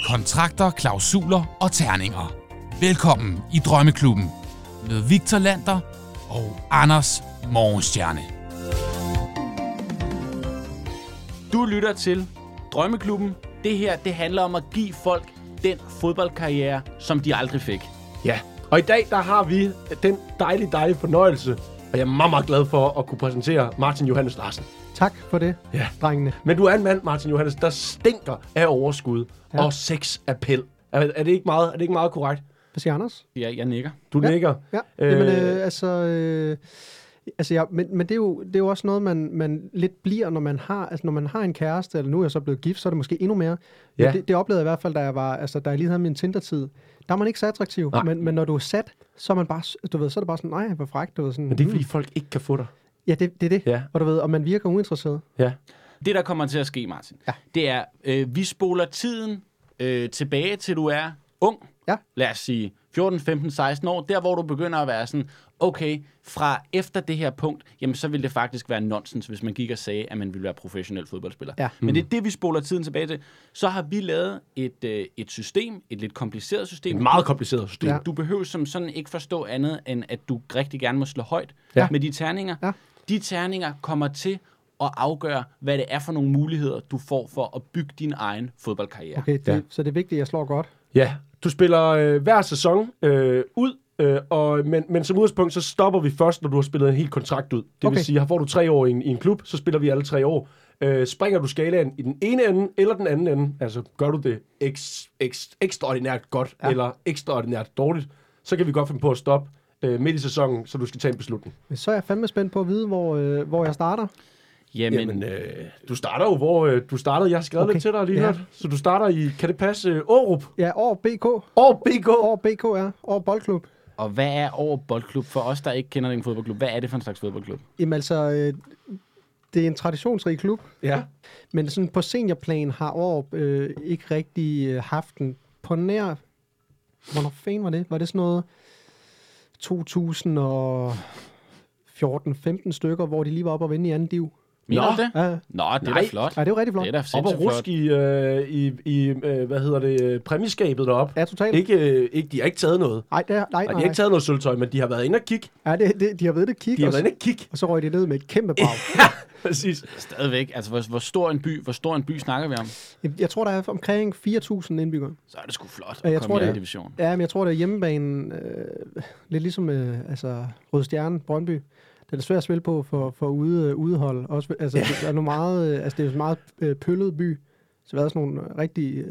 kontrakter, klausuler og terninger. Velkommen i Drømmeklubben med Victor Lander og Anders Morgenstjerne. Du lytter til Drømmeklubben. Det her, det handler om at give folk den fodboldkarriere, som de aldrig fik. Ja, og i dag, der har vi den dejlige fornøjelse, og jeg er meget, meget glad for at kunne præsentere Martin Johannes Larsen. Tak for det, drengene. Men du er en mand, Martin Johannes, der stinker af overskud og sexappel. Er det ikke meget korrekt? Hvad siger Anders? Ja, jeg nikker. Du nikker? Ja, men det er jo også noget, man lidt bliver, når man har en kæreste, eller nu er jeg så blevet gift, så er det måske endnu mere. Ja. Det oplevede jeg i hvert fald, da jeg lige havde min Tinder-tid. Der er man ikke så attraktiv, men når du er sat, så er man bare, så er det bare sådan, nej, hvor frækt. Sådan, Men det er fordi folk ikke kan få dig. Ja, det er det. Ja. Og man virker uinteresseret. Ja. Det, der kommer til at ske, Martin, det er, vi spoler tiden tilbage til du er ung. Ja. Lad os sige 14, 15, 16 år. Der, hvor du begynder at være sådan, okay, fra efter det her punkt, jamen så ville det faktisk være nonsens, hvis man gik og sagde, at man ville være professionel fodboldspiller. Ja. Men det er det, vi spoler tiden tilbage til. Så har vi lavet et system, et lidt kompliceret system. Et meget kompliceret system. Ja. Du behøver som sådan ikke forstå andet, end at du rigtig gerne må slå højt med de terninger. Ja. De terninger kommer til at afgøre, hvad det er for nogle muligheder, du får for at bygge din egen fodboldkarriere. Okay, så det er vigtigt, at jeg slår godt. Ja, du spiller hver sæson ud, men som udgangspunkt, så stopper vi først, når du har spillet en hel kontrakt ud. Det vil sige, får du 3 år i en klub, så spiller vi alle 3 år. Springer du skalaen i den ene ende eller den anden ende, altså gør du det ekstraordinært godt eller ekstraordinært dårligt, så kan vi godt finde på at stoppe midt i sæsonen, så du skal tage en beslutning. Men så er jeg fandme spændt på at vide, hvor jeg starter. Jamen du starter jo, hvor du startede. Jeg har skrevet lidt til dig lige hørt. Så du starter i, kan det passe, Aarup? Ja, Aarup BK. Aarup BK, ja. Aarup Boldklub. Og hvad er Aarup Boldklub? For os, der ikke kender den fodboldklub, hvad er det for en slags fodboldklub? Jamen altså, det er en traditionsrig klub. Ja. Men sådan på seniorplan har Aarup ikke rigtig haft den på nær. Hvornår fanden var det? Var det sådan noget 2014-15 stykker, hvor de lige var oppe og vinde i anden div? Nå, det? Ja. Nå, det er da flot. Ja, det er jo rigtig flot. Det er da Op og sindssygt rusk i præmieskabet deroppe. Ja, totalt. Ikke, de har ikke taget noget. Nej, de har ikke taget noget sølvtøj, men de har været inde og kigge. Ja, de har været inde og kigge. Og så røg de ned med et kæmpe brag. Ja, præcis. Stadigvæk. Altså, hvor stor en by snakker vi om? Jeg tror, der er omkring 4.000 indbyggere. Så er det sgu flot at komme i division. Ja, men jeg tror, det er hjemmebanen. Lidt ligesom Røde Stjerne, Brøndby. Det er svært at spille på for udehold. Også, det er noget meget, det er en meget pøllet by. Så der er sådan nogle rigtig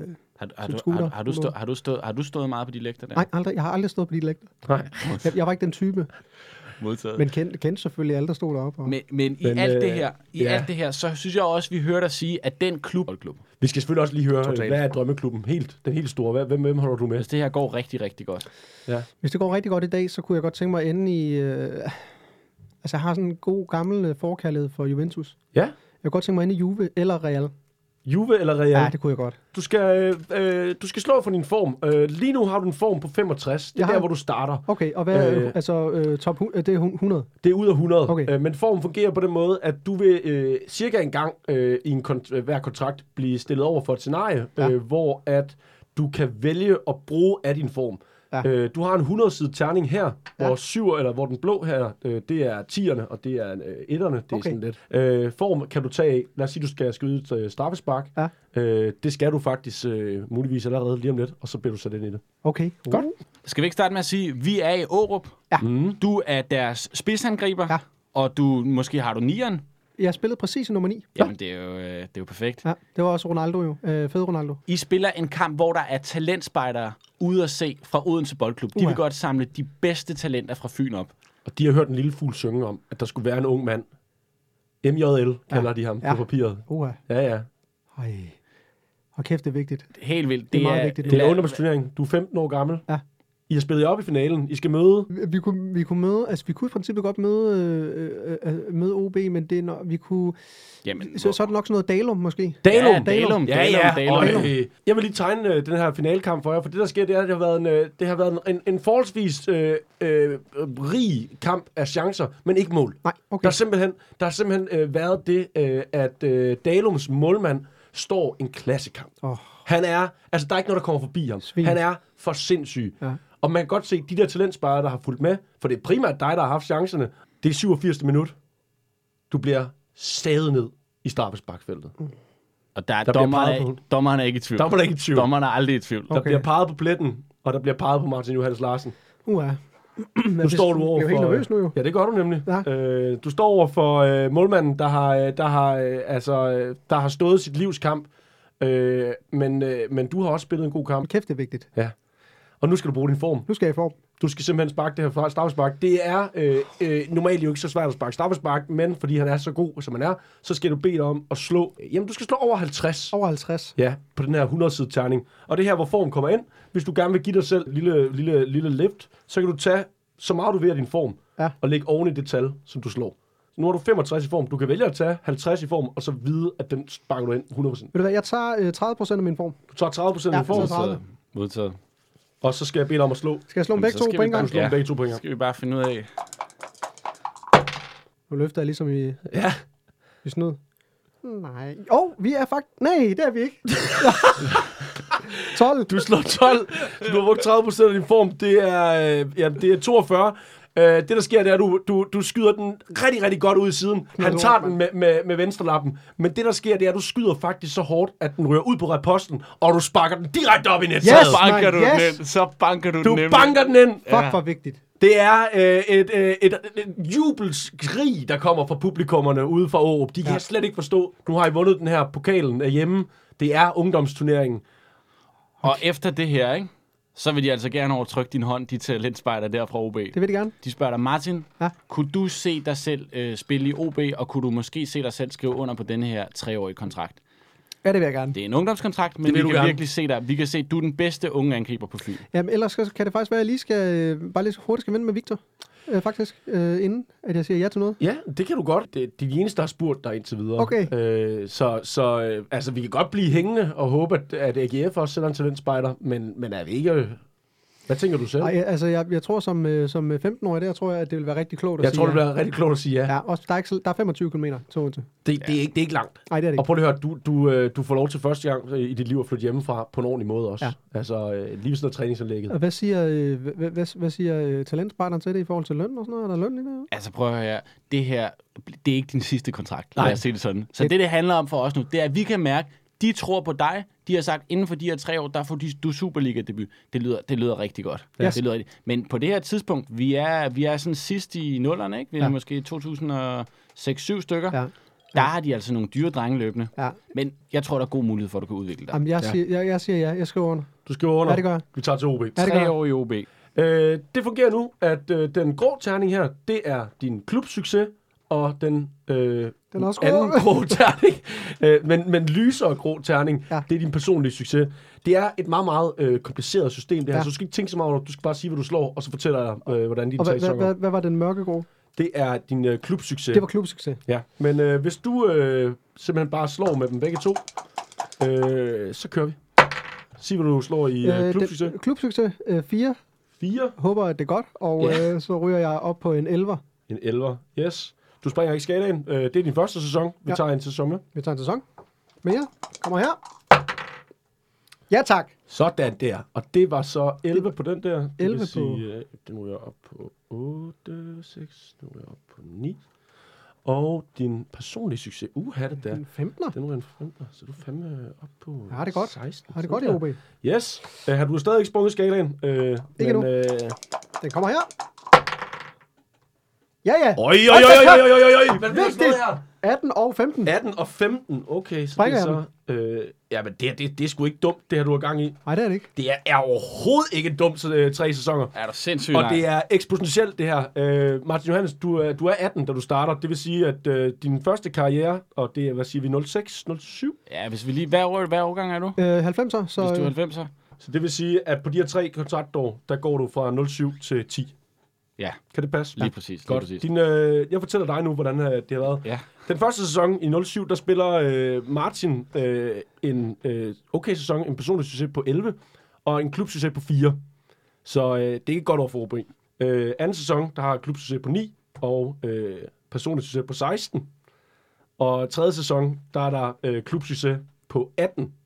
Har du stået meget på de lægter der? Nej, aldrig. Jeg har aldrig stået på de lægter. Nej. Jeg var ikke den type. Modtaget. Men kendte selvfølgelig alle, der stod deroppe. Men i alt det her, så synes jeg også, vi hørte dig sige, at den klub... Vi skal selvfølgelig også lige høre, hvad er Drømmeklubben? Den helt store. Hvem holder du med? Hvis det her går rigtig, rigtig godt. Ja. Hvis det går rigtig godt i dag, så kunne jeg godt tænke mig at ende i... jeg har sådan en god gammel forkærlighed for Juventus. Ja? Jeg kunne godt tænke mig at ende i Juve eller Real. Juve eller Real? Ja, det kunne jeg godt. Du skal slå for din form. Lige nu har du en form på 65. Det er der, hvor du starter. Okay, og hvad top 100? Det er 100? Det er ud af 100. Okay. Men formen fungerer på den måde, at du vil cirka en gang i hver kontrakt blive stillet over for et scenarie, hvor at du kan vælge at bruge af din form. Ja. Du har en 100-side terning her, hvor den blå her, det er 10'erne, og det er 1'erne. Det er sådan lidt. Form kan du tage af. Lad os sige, du skal skyde et straffespark. Ja. Det skal du faktisk muligvis allerede lige om lidt, og så bliver du sat ind i det. Okay. Godt. Skal vi ikke starte med at sige, at vi er i Aarup. Ja. Du er deres spidsangriber, og måske har du 9'eren. Jeg spillede præcis i nummer 9. Jamen, det er jo perfekt. Ja, det var også Ronaldo jo. Fed Ronaldo. I spiller en kamp, hvor der er talentspejdere ude at se fra Odense Boldklub. De vil godt samle de bedste talenter fra Fyn op. Og de har hørt en lille fugl synge om, at der skulle være en ung mand. MJL kalder de ham på papiret. Ja. Ej. Og kæft, det er vigtigt. Helt vildt. Det er meget vigtigt. Det er en ungdomsturnering. Du er 15 år gammel. Ja. I har spillet op i finalen. I skal møde... Vi kunne møde... Altså, vi kunne i princippet godt møde OB, men det er vi kunne... Jamen, så er det nok sådan noget Dalum, måske. Dalum. Ja. Jeg vil lige tegne den her finalekamp for jer, for det, der sker, det er, at det har været en forholdsvis rig kamp af chancer, men ikke mål. Nej, okay. Der har simpelthen været det, at Dalums målmand står en klassekamp. Han er, altså der er ikke noget, der kommer forbi ham. Svin. Han er for sindssyg. Ja. Og man kan godt se, de der talentspejere, der har fulgt med, for det er primært dig, der har haft chancerne. Det er 87. minut. Du bliver savet ned i straffesparksfeltet. Og der bliver peget på. dommeren er ikke i tvivl. Der er ikke i tvivl. Dommeren er aldrig i tvivl. Der bliver peget på pletten, og der bliver peget på Martin Johannes Larsen. Nu står du over for... Jeg er helt nervøs nu jo. Ja, det gør du nemlig. Ja. Du står over for målmanden, der har stået sit livs kamp. Men du har også spillet en god kamp. Kæft, det er vigtigt. Ja. Og nu skal du bruge din form. Nu skal jeg i form. Du skal simpelthen sparke det her fra straffespark. Det er normalt jo ikke så svært at sparke straffespark, men fordi han er så god, som han er, så skal du bede dig om at slå... Jamen, du skal slå over 50. Over 50. Ja, på den her 100-side terning. Og det her, hvor form kommer ind. Hvis du gerne vil give dig selv et lille lift, så kan du tage så meget du vil af din form, og lægge oven i det tal, som du slår. Nu har du 65 i form. Du kan vælge at tage 50 i form, og så vide, at den sparker du ind 100%. Ved du hvad, jeg tager 30% af min form. Du tager 30% af din form. Modtaget. Og så skal jeg bede dig om at slå. Skal jeg slå dem begge to på en gang? Slå dem begge to på en gang. Skal vi bare finde ud af. Nu løfter jeg ligesom i snyd. Nej. Vi er faktisk... Nej, det er vi ikke. 12. Du slår 12. Du har brugt 30% af din form. Det er 42. Det, der sker, det er, at du skyder den rigtig, rigtig godt ud i siden. Han tager den med venstrelappen. Men det, der sker, det er, at du skyder faktisk så hårdt, at den ryger ud på reposten, og du sparker den direkte op i nettet. Så banker du den Du banker den ind. Fuck, for vigtigt. Det er et jubelskrig, der kommer fra publikummerne ude fra Aarup. De kan slet ikke forstå. Nu har I vundet den her pokalen hjemme. Det er ungdomsturneringen. Og efter det her, ikke? Så vil de altså gerne overtrykke din hånd, de talentspejder der fra OB. Det vil de gerne. De spørger dig, Martin, kunne du se dig selv spille i OB, og kunne du måske se dig selv skrive under på denne her 3-årige kontrakt? Ja, det vil jeg gerne. Det er en ungdomskontrakt, men vi kan virkelig se dig. Vi kan se, at du er den bedste unge angriber på Fyn. Jamen, ellers kan det faktisk være, at jeg lige skal, bare lige så hurtigt skal vende med Victor. Faktisk, inden at jeg siger ja til noget. Ja, det kan du godt. Det er de eneste, der har spurgt dig indtil videre. Okay. Så vi kan godt blive hængende og håbe, at AGF også sender en talentspejder, men er vi ikke... Hvad tænker du selv? Nej, altså jeg tror som 15-årig der, tror jeg, at det vil være rigtig klogt at sige. Jeg tror, det bliver rigtig klogt at sige ja. Ja, også, der er 25 km til Odense. Det er ikke langt. Nej, det er det ikke. Og prøv at høre, du får lov til første gang i dit liv at flytte hjemmefra på en ordentlig måde også. Ja. Altså lige ved sådan noget træningsanlægget. Og hvad siger talentspejderen til det i forhold til løn og sådan noget? Er der løn i det? Altså prøv at høre her. Det her, det er ikke din sidste kontrakt. Lad os se det sådan. Så det handler om for os nu, det er, at vi kan mærke, de tror på dig. De har sagt, inden for de her 3 år, der får du Superliga-debut. Det lyder rigtig godt. Yes. Det lyder rigtig. Men på det her tidspunkt, vi er sådan sidst i nullerne, ikke? Vi er måske 2006-7 stykker. Ja. Der har de altså nogle dyre drenge løbende. Ja. Men jeg tror, der er god mulighed for, at du kan udvikle dig. Jamen, jeg siger ja. Jeg skriver under. Du skriver under? Ja, det gør jeg. Vi tager til OB. Ja, 3 år i OB. Det fungerer nu, at den grå terning her, det er din klubsucces, og den anden grå terning, men lysere grå terning, det er din personlige succes. Det er et meget, meget kompliceret system, det her, så du skal ikke tænke så meget over det. Du skal bare sige, hvad du slår, og så fortæller jeg, hvordan dine 3 sæsoner. Hvad var den mørkegrå? Det er din klubsucces. Det var klubsucces. Ja, men hvis du simpelthen bare slår med dem begge to, så kører vi. Sig, hvad du slår i klubsucces. Klubsucces 4. 4. Håber, at det er godt, og så ryger jeg op på en 11'er. En 11'er, yes. Du springer ikke skalaen. Det er din første sæson. Vi tager en sæson med. Vi tager en sæson. Mere. Kommer her. Ja, tak. Sådan der. Og det var så 11 på den der. 11 det vil sige, den ryger op på 8, 6, nu ryger op på 9. Og din personlige succes, det der. En 15'er. Den ryger en 15'er, så du er fandme op på 16. Har det godt i OB. Yes. Har du stadig ikke sprunget skalaen? Ikke nu. Den kommer her. Ja. Oj. Hvad er det her? 18 og 15. 18 og 15. Okay, så det er så... men det er sgu ikke dumt, det her, du har gang i. Nej, det er det ikke. Det er overhovedet ikke dumt 3 sæsoner. Er du sindssygt? Og det er eksponentielt, det her. Martin Johannes, du er 18, da du starter. Det vil sige, at din første karriere, og det er, hvad siger vi, 06, 07? Ja, hvis vi lige... Hvad årgang er du? 90'er. Så, hvis du er 90'er. Så det vil sige, at på de her 3 kontraktår, der går du fra 07 til 10. Ja. Kan det passe? Lige præcis. Godt. Jeg fortæller dig nu, hvordan det har været. Ja. Den første sæson i 07, der spiller Martin en okay sæson, en personlig succes på 11, og en klubsucces på 4. Så det er ikke godt over for OB. Anden sæson, der har klubsucces på 9, og personlig succes på 16. Og tredje sæson, der er der klubsucces på 18,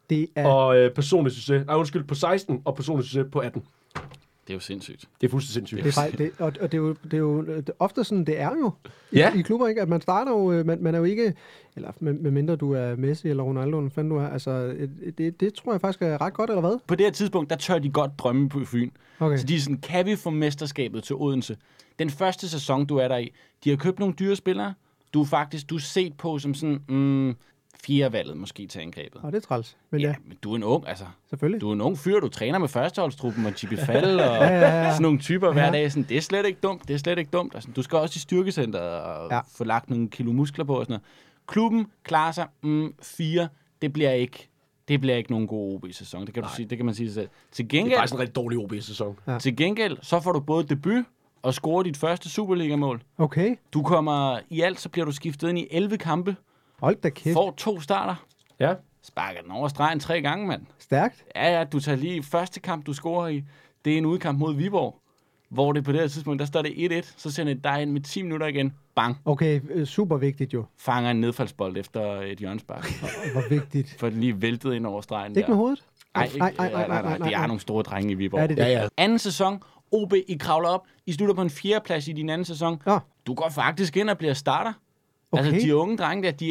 Det er... Og personlig succes. På 16, og personlig succes på 18. Det er jo sindssygt. Det er fuldstændig sindssygt. Det er jo ofte sådan, det er jo i klubber, ikke? At man starter jo, man er jo ikke, eller medmindre du er Messi eller Ronaldo, eller fanden du er, altså, det tror jeg faktisk er ret godt, eller hvad? På det her tidspunkt, der tør de godt drømme på Fyn. Okay. Så de er sådan, kan vi få mesterskabet til Odense? Den første sæson, du er der i, de har købt nogle dyre spillere. Du er set på som sådan, fjerdevalget måske til angrebet. Og det er træls. Men ja, men du er en ung, altså. Selvfølgelig. Du er en ung fyr, du træner med førsteholdstruppen og Chibi Fall og sådan nogle typer hver dag. Sådan, det er slet ikke dumt, Altså, du skal også i styrkecenteret og få lagt nogle kilo muskler på og sådan noget. Klubben klarer sig 4. Det bliver ikke nogen god OB-sæson. Det kan du sige, det kan man sige selv. Til gengæld, det er faktisk en rigtig dårlig OB-sæson. Ja. Til gengæld, så får du både debut og scorer dit første Superliga-mål. Okay. Du kommer i alt, så bliver du skiftet ind i 11 kampe. Hold da kæft. Får 2 starter. Ja. Sparker den over stregen 3 gange, mand. Stærkt. Ja, du tager lige første kamp, du scorer i. Det er en udkamp mod Viborg, hvor det på det her tidspunkt, der står det 1-1. Så sender det dig ind med 10 minutter igen. Bang. Okay, super vigtigt jo. Fanger en nedfaldsbold efter et hjørnespark. Hvor vigtigt. For den lige væltet ind over stregen. Ikke med hovedet? Nej. De er nogle store drenge i Viborg. Ja, det. Ja. Anden sæson, OB, I kravler op. I slutter på en 4. plads i din anden sæson. Ja. Du går faktisk ind og bliver starter. Okay. Altså, de unge drenge der, de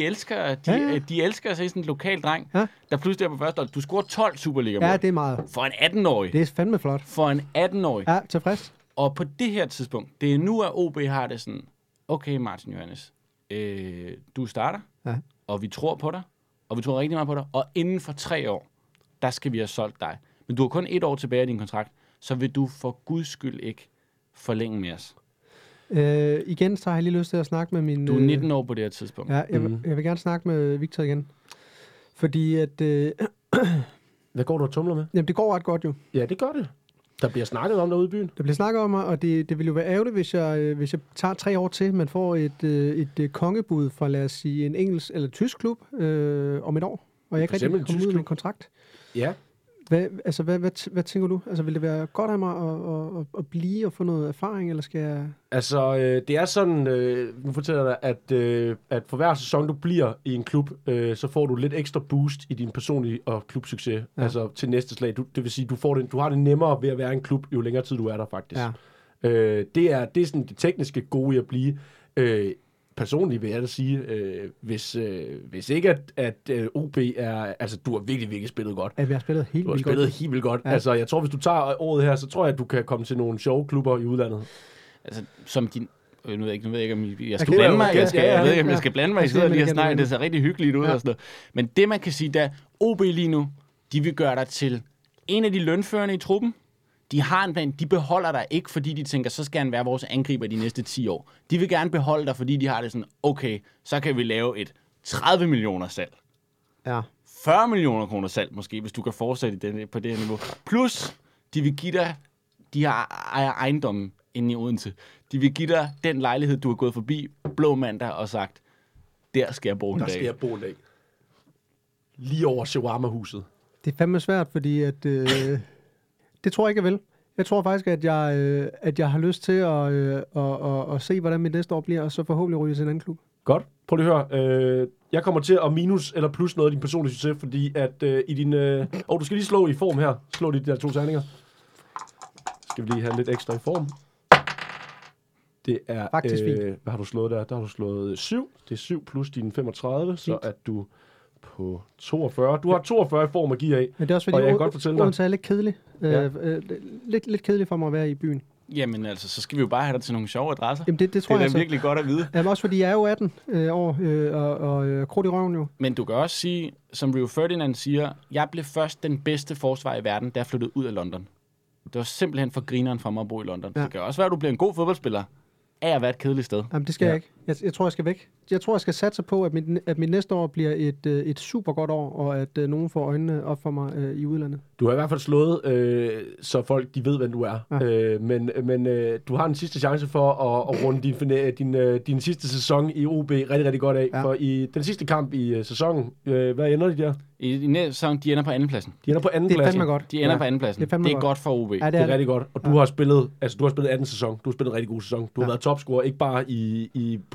elsker at se sådan en lokal dreng, der pludselig er på første hold. Du scorer 12 Superliga-mål. Ja, det er meget. For en 18-årig. Det er fandme flot. For en 18-årig. Ja, tilfreds. Og på det her tidspunkt, det er nu, at OB har det sådan, okay, Martin Johannes, du starter, og vi tror på dig, og vi tror rigtig meget på dig, og inden for 3 år, der skal vi have solgt dig. Men du har kun 1 år tilbage i din kontrakt, så vil du for guds skyld ikke forlænge med os. Igen, så har jeg lige lyst til at snakke med min... Du er 19 år på det her tidspunkt. Ja, jeg vil gerne snakke med Victor igen. Fordi at... Hvad går du og tumler med? Jamen, det går ret godt jo. Ja, det gør det. Der bliver snakket om derude i byen. Der bliver snakket om mig, og det vil jo være ærgerligt, hvis jeg tager 3 år til, man får et kongebud fra, lad os sige, en engelsk eller tysk klub om et år, og jeg ikke rigtig kommer ud med en kontrakt. Ja. Hvad tænker du? Altså, vil det være godt af mig at blive og få noget erfaring, eller skal jeg... Altså, det er sådan, nu fortæller jeg dig, at for hver sæson, du bliver i en klub, så får du lidt ekstra boost i din personlige og klubsucces, altså til næste slag. Det vil sige, du har det nemmere ved at være en klub, jo længere tid du er der, faktisk. Ja. Det er sådan det tekniske gode i at blive. Personligt vil jeg da sige, hvis ikke at OB er... Altså, du har virkelig, virkelig spillet godt. Ja, vi har spillet helt vildt godt. Du har spillet helt vildt godt. Ja. Altså, jeg tror, hvis du tager året her, så tror jeg, at du kan komme til nogle sjove klubber i udlandet. Altså, som din... Nu ved jeg ikke, om jeg skal blande mig. Jeg ved ikke, om jeg skal blande mig. Jeg sidder lige og snakker. Det ser rigtig hyggeligt ud og sådan noget. Men det, man kan sige, der OB lige nu, de vil gøre dig til en af de lønførende i truppen. De har en plan. De beholder dig ikke, fordi de tænker, så skal han være vores angriber de næste 10 år. De vil gerne beholde dig, fordi de har det sådan, okay, så kan vi lave et 30 millioner salg. Ja. 40 millioner kroner salg måske, hvis du kan fortsætte på det her niveau. Plus, de vil give dig, de har ejendommen inde i Odense. De vil give dig den lejlighed, du har gået forbi Blå Mandag og sagt, der skal jeg bo en dag. Der skal jeg bo en dag. Lige over shawarma-huset. Det er fandme svært, fordi at... Det tror jeg ikke, jeg vil. Jeg tror faktisk, at jeg har lyst til at se, hvordan mit næste år bliver, og så forhåbentlig ryge til en anden klub. Godt. Prøv lige at høre. Jeg kommer til at minus eller plus noget af din personlige succes, fordi at i din... du skal lige slå i form her. Slå de der 2 terninger. Skal vi lige have lidt ekstra i form. Det er... Faktisk fint. Hvad har du slået der? Der har du slået 7. Det er 7 plus dine 35, fint. Så at du... på 42. Du har 42 i form at give af. Men det er også fordi, Odense er lidt kedelig. Lidt kedelig for mig at være i byen. Jamen altså, så skal vi jo bare have dig til nogle sjove adresser. Jamen det tror jeg er virkelig godt at vide. Jamen også fordi jeg er jo 18 år og krudt i røven jo. Men du kan også sige, som Rio Ferdinand siger, jeg blev først den bedste forsvar i verden, da jeg flyttede ud af London. Det var simpelthen for grineren fra mig at bo i London. Ja. Det kan også være, at du bliver en god fodboldspiller af at være et kedeligt sted. Jamen det skal jeg ikke. Jeg tror, jeg skal væk. Jeg tror, jeg skal satse på, at mit næste år bliver et super godt år, og at nogen får øjnene op for mig i udlandet. Du har i hvert fald slået, så folk de ved, hvem du er. Ja. Men du har en sidste chance for at runde din sidste sæson i OB rigtig, rigtig godt af. Ja. For i den sidste kamp i sæsonen, hvad ender de der? I næste sæson, de ender på andenpladsen. De ender på andenpladsen. Det er fandme godt. De ender på andenpladsen. Det er godt for OB. Ja, det er rigtig godt. Og du har spillet 18 sæson. Du har spillet en rigtig god sæson. Du har været topscorer, ikke bare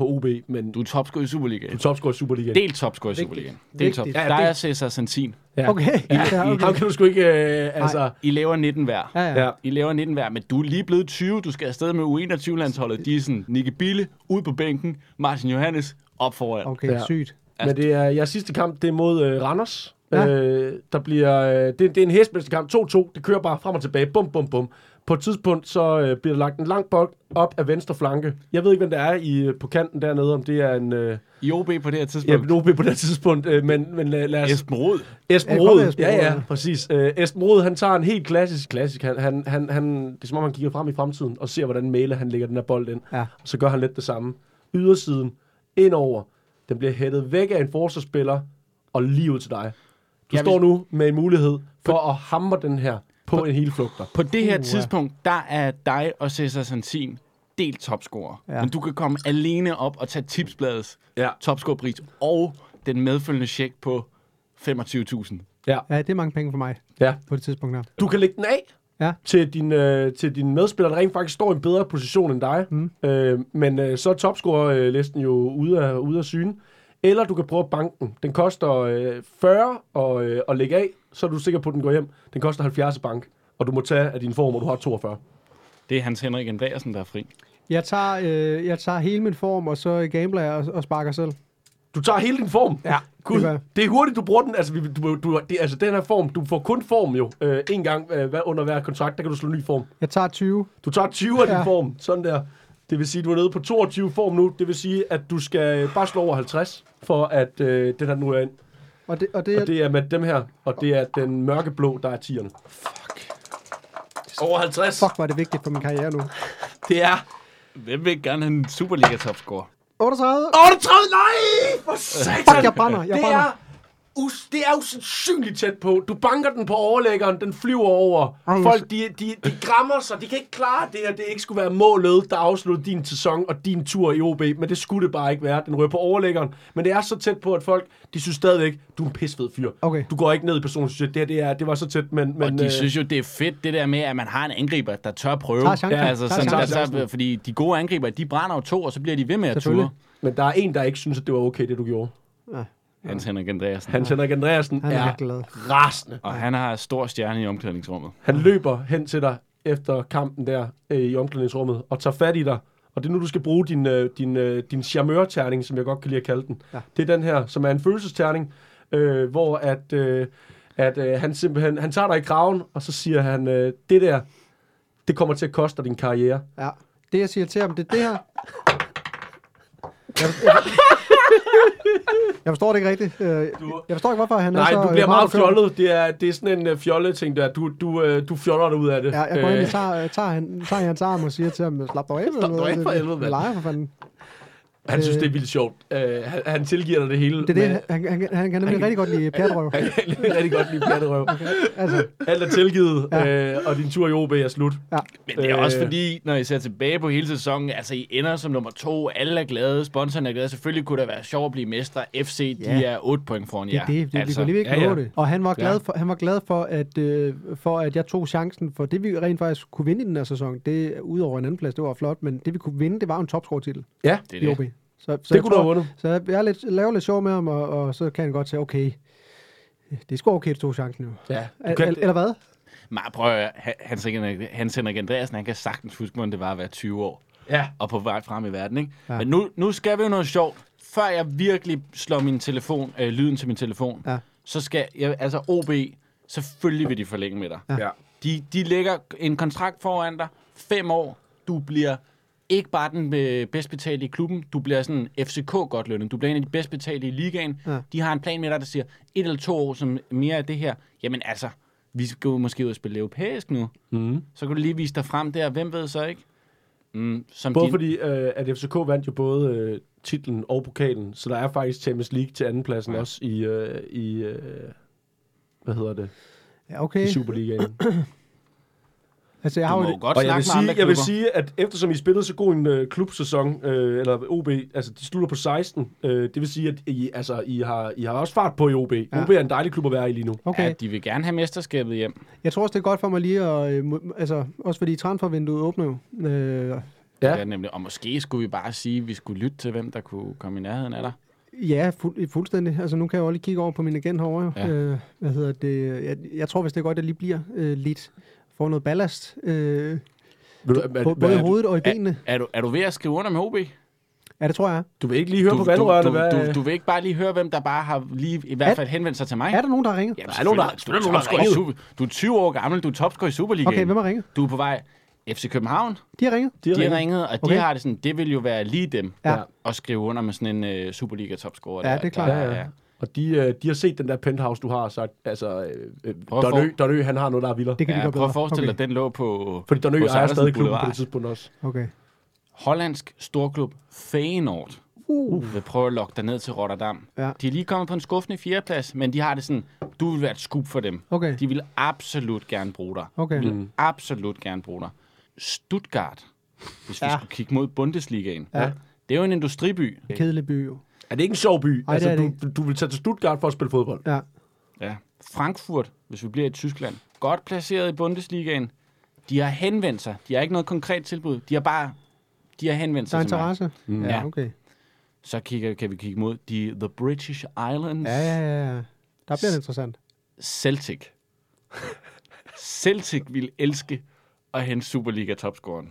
på OB, men Du er topscorer i Superligaen. du er topscorer i Superligaen. Del topscorer i Superligaen. Del top. Ja, Der er Cesar Santin. Ja. Okay. Ja, Ham kan du sgu ikke, altså... I laver 19 hver. Ja. I laver 19 hver, men du er lige blevet 20. Du skal afsted med U21-landsholdet. De er sådan, Nicky Bille, ud på bænken. Martin Johannes, op foran. Okay, Ja. sygt. Men det er jeres sidste kamp, det er mod Randers. Ja. Der bliver, det er en hestmesterkamp, 2-2. Det kører bare frem og tilbage, bum, bum, bum. På et tidspunkt, så bliver der lagt en lang bold op af venstre flanke. Jeg ved ikke, hvem der er på kanten dernede, om det er en... I OB på det her tidspunkt. Ja, OB på det her tidspunkt, men lad os... Esben Rod. Esben Ja, Rod, Esben Roed, ja, ja. præcis. Esben Rod, han tager en helt klassisk. Det er som om, han kigger frem i fremtiden og ser, hvordan Mæle, han lægger den her bold ind. Ja. Og så gør han lidt det samme. Ydersiden, indover. Den bliver hættet væk af en forsvarsspiller, og lige ud til dig. Du står nu med en mulighed for at hamre den her på en helflugter. På det her tidspunkt, der er dig og Cesar Santin delt topscorer. Ja. Men du kan komme alene op og tage tipsbladets topscorepris og den medfølgende check på 25.000. Ja. Ja, det er mange penge for mig Ja. på det tidspunkt her. Du kan lægge den af Ja. til din medspiller, der rent faktisk står i en bedre position end dig. Men så er topscorer-listen jo ude af syne. Eller du kan prøve banken. Den koster 40 at lægge af, så er du sikker på, at den går hjem. Den koster 70 at bank, og du må tage af din form, og du har 42. Det er Hans Henrik Andreasen, der er fri. Jeg tager hele min form, og så gambler jeg og sparker selv. Du tager hele din form? Ja, Gud, det gør jeg. det er hurtigt, du bruger den. Altså, den her form, du får kun form jo. En gang under hver kontrakt, der kan du slå ny form. Jeg tager 20. Du tager 20 af din form, sådan der. Det vil sige, at du er nede på 22 form nu. Det vil sige, at du skal bare slå over 50, for at den her nu er ind. Og det Og det er med dem her, og det er den mørkeblå, der er 10'erne. Over 50. Fuck, var det vigtigt for min karriere nu. Det er Hvem vil gerne have en Superliga-topscorer? 38. 38. Nej! For satan! Fuck, jeg brænder. Det er usandsynligt tæt på. Du banker den på overlæggeren, den flyver over. Ej, Folk, de grammer sig. De kan ikke klare det her. Det ikke skulle være målet, der afsluttede din sæson og din tur i OB. Men det skulle det bare ikke være. Den rører på overlæggeren. Men det er så tæt på, at folk, de synes stadigvæk, du er en pissfed fyr. Okay. Du går ikke ned i personligt. Det var så tæt, men Og de synes jo, det er fedt, det der med, at man har en angriber, der tør prøve. Tager chancen. Altså, Tager sådan, chancen. fordi de gode angriber, de brænder jo 2, og så bliver de ved med at Selvfølgelig. ture. men der er en, der ikke synes, at det var okay, det du gjorde. Hans Henrik Andreasen. Hans Henrik Andreasen Han er er rigtig glad. rasende. Og han har stor stjerne i omklædningsrummet. Han løber hen til dig efter kampen der i omklædningsrummet og tager fat i dig. Og det er nu, du skal bruge din charmeur-terning, som jeg godt kan lide at kalde den. Ja. Det er den her, som er en følelsesterning, hvor han simpelthen han tager dig i kraven, og så siger han, det der, det kommer til at koste dig din karriere. Ja. Det, jeg siger til ham, det er det her. Jeg forstår det ikke rigtigt. Jeg forstår ikke, hvorfor han er så... Nej, du bliver meget bekymret. fjollet. Det er sådan en fjollet-ting der. Du fjoller dig ud af det. Ja, jeg går ind og tager hans arm og siger til ham, slap dig af. Slap dig af for helvede, mand. Vi leger for fanden. Han synes, det er vildt sjovt. Han tilgiver dig det hele. Det er det, han kan nemlig rigtig godt lide pjatrøv. Han kan rigtig godt lide pjatterøv. Okay, altså, Alt er tilgivet, og din tur i OB er slut. ja. Men det er også fordi, når I ser tilbage på hele sæsonen, altså I ender som nummer 2, alle er glade, sponsoren er glade. Selvfølgelig kunne det være sjovt at blive mestre. FC, de er 8 point foran jer. Vi kan lige ikke nå det. Og han var glad Ja. for, at jeg tog chancen for det, vi rent faktisk kunne vinde i den her sæson. Det, udover en anden plads, det var flot, men det vi kunne vinde, det var en topscore-titel Ja, Det i er OB. det. Så det kunne du have vundet. Så jeg laver lidt sjov med ham, og så kan han godt sige, okay, det er sgu okay, at du tog chancen jo. Ja, Eller hvad? Men prøv at høre, Hans Henrik Andreasen, han kan sagtens huske, hvordan det var at være 20 år. Ja. Og på vej frem i verden, ikke? Ja. Men nu skal vi jo noget sjovt. Før jeg virkelig slår min telefon, lyden til min telefon, så skal jeg, altså OB, selvfølgelig vil de forlænge med dig. Ja. De lægger en kontrakt foran dig, 5 år, du bliver ikke bare den bedst betalte i klubben, du bliver sådan FCK godt lønnet, du bliver en af de bedst betalte i ligaen. Ja. De har en plan med dig, der siger 1 eller 2 år som mere af det her. Jamen altså, vi skal jo måske ud og spille europæisk nu. Så kan du lige vise dig frem der, hvem ved så ikke? Fordi at FCK vandt jo både titlen og pokalen, så der er faktisk Champions League til andenpladsen også i hvad hedder det? Ja, okay. I Superligaen. Altså, jeg har Du jo må godt Og snakke med andre jeg vil klubber. sige, at eftersom I spillede så god en klubsæson, eller OB, altså de slutter på 16, det vil sige, at I har også fart på i OB. Ja. OB er en dejlig klub at være i lige nu. okay. Ja, de vil gerne have mesterskabet hjem. Jeg tror også, det er godt for mig lige at... altså, også fordi transfervinduet åbner jo. Det er nemlig. Og måske skulle vi bare sige, at vi skulle lytte til, hvem der kunne komme i nærheden af dig. Ja, fuldstændig. Altså, nu kan jeg jo lige kigge over på min agent herovre. Ja. Hvad hedder det? Jeg tror, hvis det er godt, at jeg lige bliver lidt for noget ballast. Både i hovedet og i benene. Er du ved at skrive under med OB? Ja, det tror jeg. Du vil ikke lige høre på vandrørene, du vil ikke bare lige høre, hvem der bare har lige i hvert fald henvendt sig til mig? Er der nogen, der har ringet? Jamen, der er nogen, der har ringet. Du er 20 år gammel, du er topscorer i Superligaen. Okay, hvem har ringet? Du er på vej. FC København. De har ringet? De har ringet, og de har det sådan, det vil jo være lige dem at skrive under med sådan en Superliga-topscorer. Ja, det er klart. Ja. Og de har set den der penthouse, du har, og sagt, altså, Donø, han har noget, der er vildere. Det kan de godt prøv at forestille dig, den lå på... Fordi Donø ejer stadig klubben på det tidspunkt også. Okay. Hollandsk storklub Feyenoord vil prøve at lokke dig ned til Rotterdam. Ja. De er lige kommet på en skuffende 4. plads, men de har det sådan, du vil være et skub for dem. Okay. De vil absolut gerne bruge dig. Okay. De vil absolut gerne bruge dig. Stuttgart, hvis vi skulle kigge mod Bundesligaen. Ja. Det er jo en industriby. En kedelig by jo. Er det ikke en sjov by? Ej, altså, du vil tage til Stuttgart for at spille fodbold. Ja. Ja. Frankfurt, hvis vi bliver i Tyskland. Godt placeret i Bundesligaen. De har henvendt sig. De har ikke noget konkret tilbud. De har henvendt sig til mig. Der er interesse? Ja, okay. Så kan vi kigge mod The British Islands. Ja. Der bliver det interessant. Celtic. Celtic vil elske at hente Superliga-topscoren.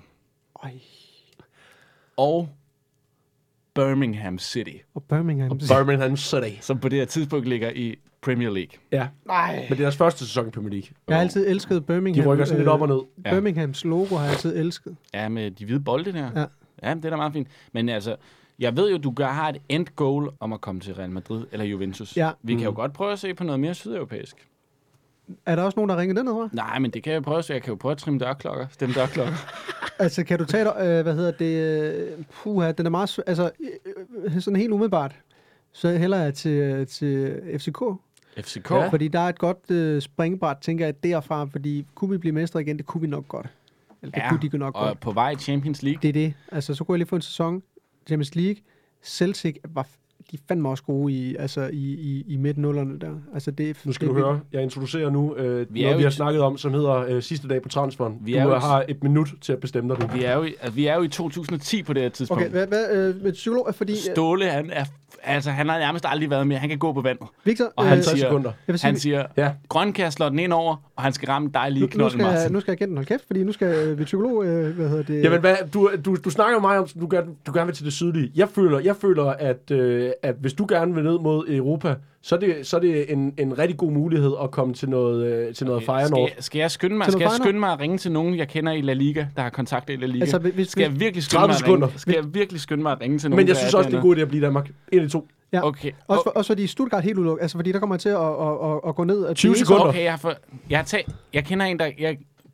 Og Birmingham City. Og Birmingham City. Som på det her tidspunkt ligger i Premier League. Ja. Nej. Men det er deres første sæson i Premier League. Jeg har altid elsket Birmingham. De rykker sådan lidt op og ned. Birminghams logo har jeg altid elsket. Ja, med de hvide bolde der. Ja, det er da meget fint. Men altså, jeg ved jo, du har et end goal om at komme til Real Madrid eller Juventus. Ja. Vi kan jo godt prøve at se på noget mere sydeuropæisk. Er der også nogen, der ringer den her? Nej, men det kan jeg prøve. Så jeg kan jo prøve at stemme dørklokker. Altså, kan du tage dig, den er meget, altså, sådan helt umiddelbart, så hælder jeg til FCK. FCK? Ja. Fordi der er et godt springbræt, tænker jeg, derfra, fordi kunne vi blive mestre igen, det kunne vi nok godt. Eller det kunne de nok og godt. På vej i Champions League. Det er det. Altså, så kunne jeg lige få en sæson Champions League. Celtic var de fandme også gode i midt-nullerne der. Altså, nu skal du høre, jeg introducerer nu noget, vi har snakket om, som hedder sidste dag på transferen. Du har et minut til at bestemme dig. Vi er jo i 2010 på det her tidspunkt. Okay, hvad med psykolog? Fordi Ståle, han har nærmest aldrig været med. Han kan gå på vandet. Victor, og han siger, han siger, Grønkær slår den ind over, og han skal ramme dig lige i knolden, Martin. Nu skal jeg holde kæft, fordi nu skal vi psykolog, Jamen, du snakker jo meget om, at du gerne vil til det sydlige. Jeg føler at hvis du gerne vil ned mod Europa, så er det en rigtig god mulighed at komme til noget Feyenoord. Skal jeg skynde mig at ringe til nogen, jeg kender i La Liga, der har kontakter i La Liga? Altså, skal jeg virkelig skynde mig at ringe til nogen? Men jeg synes også, det er en god idé at blive i Danmark. 1-2. Ja. Okay. Også fordi Stuttgart helt udelukket. Altså, fordi der kommer jeg til at gå ned... 20 sekunder. Okay, jeg kender en, der...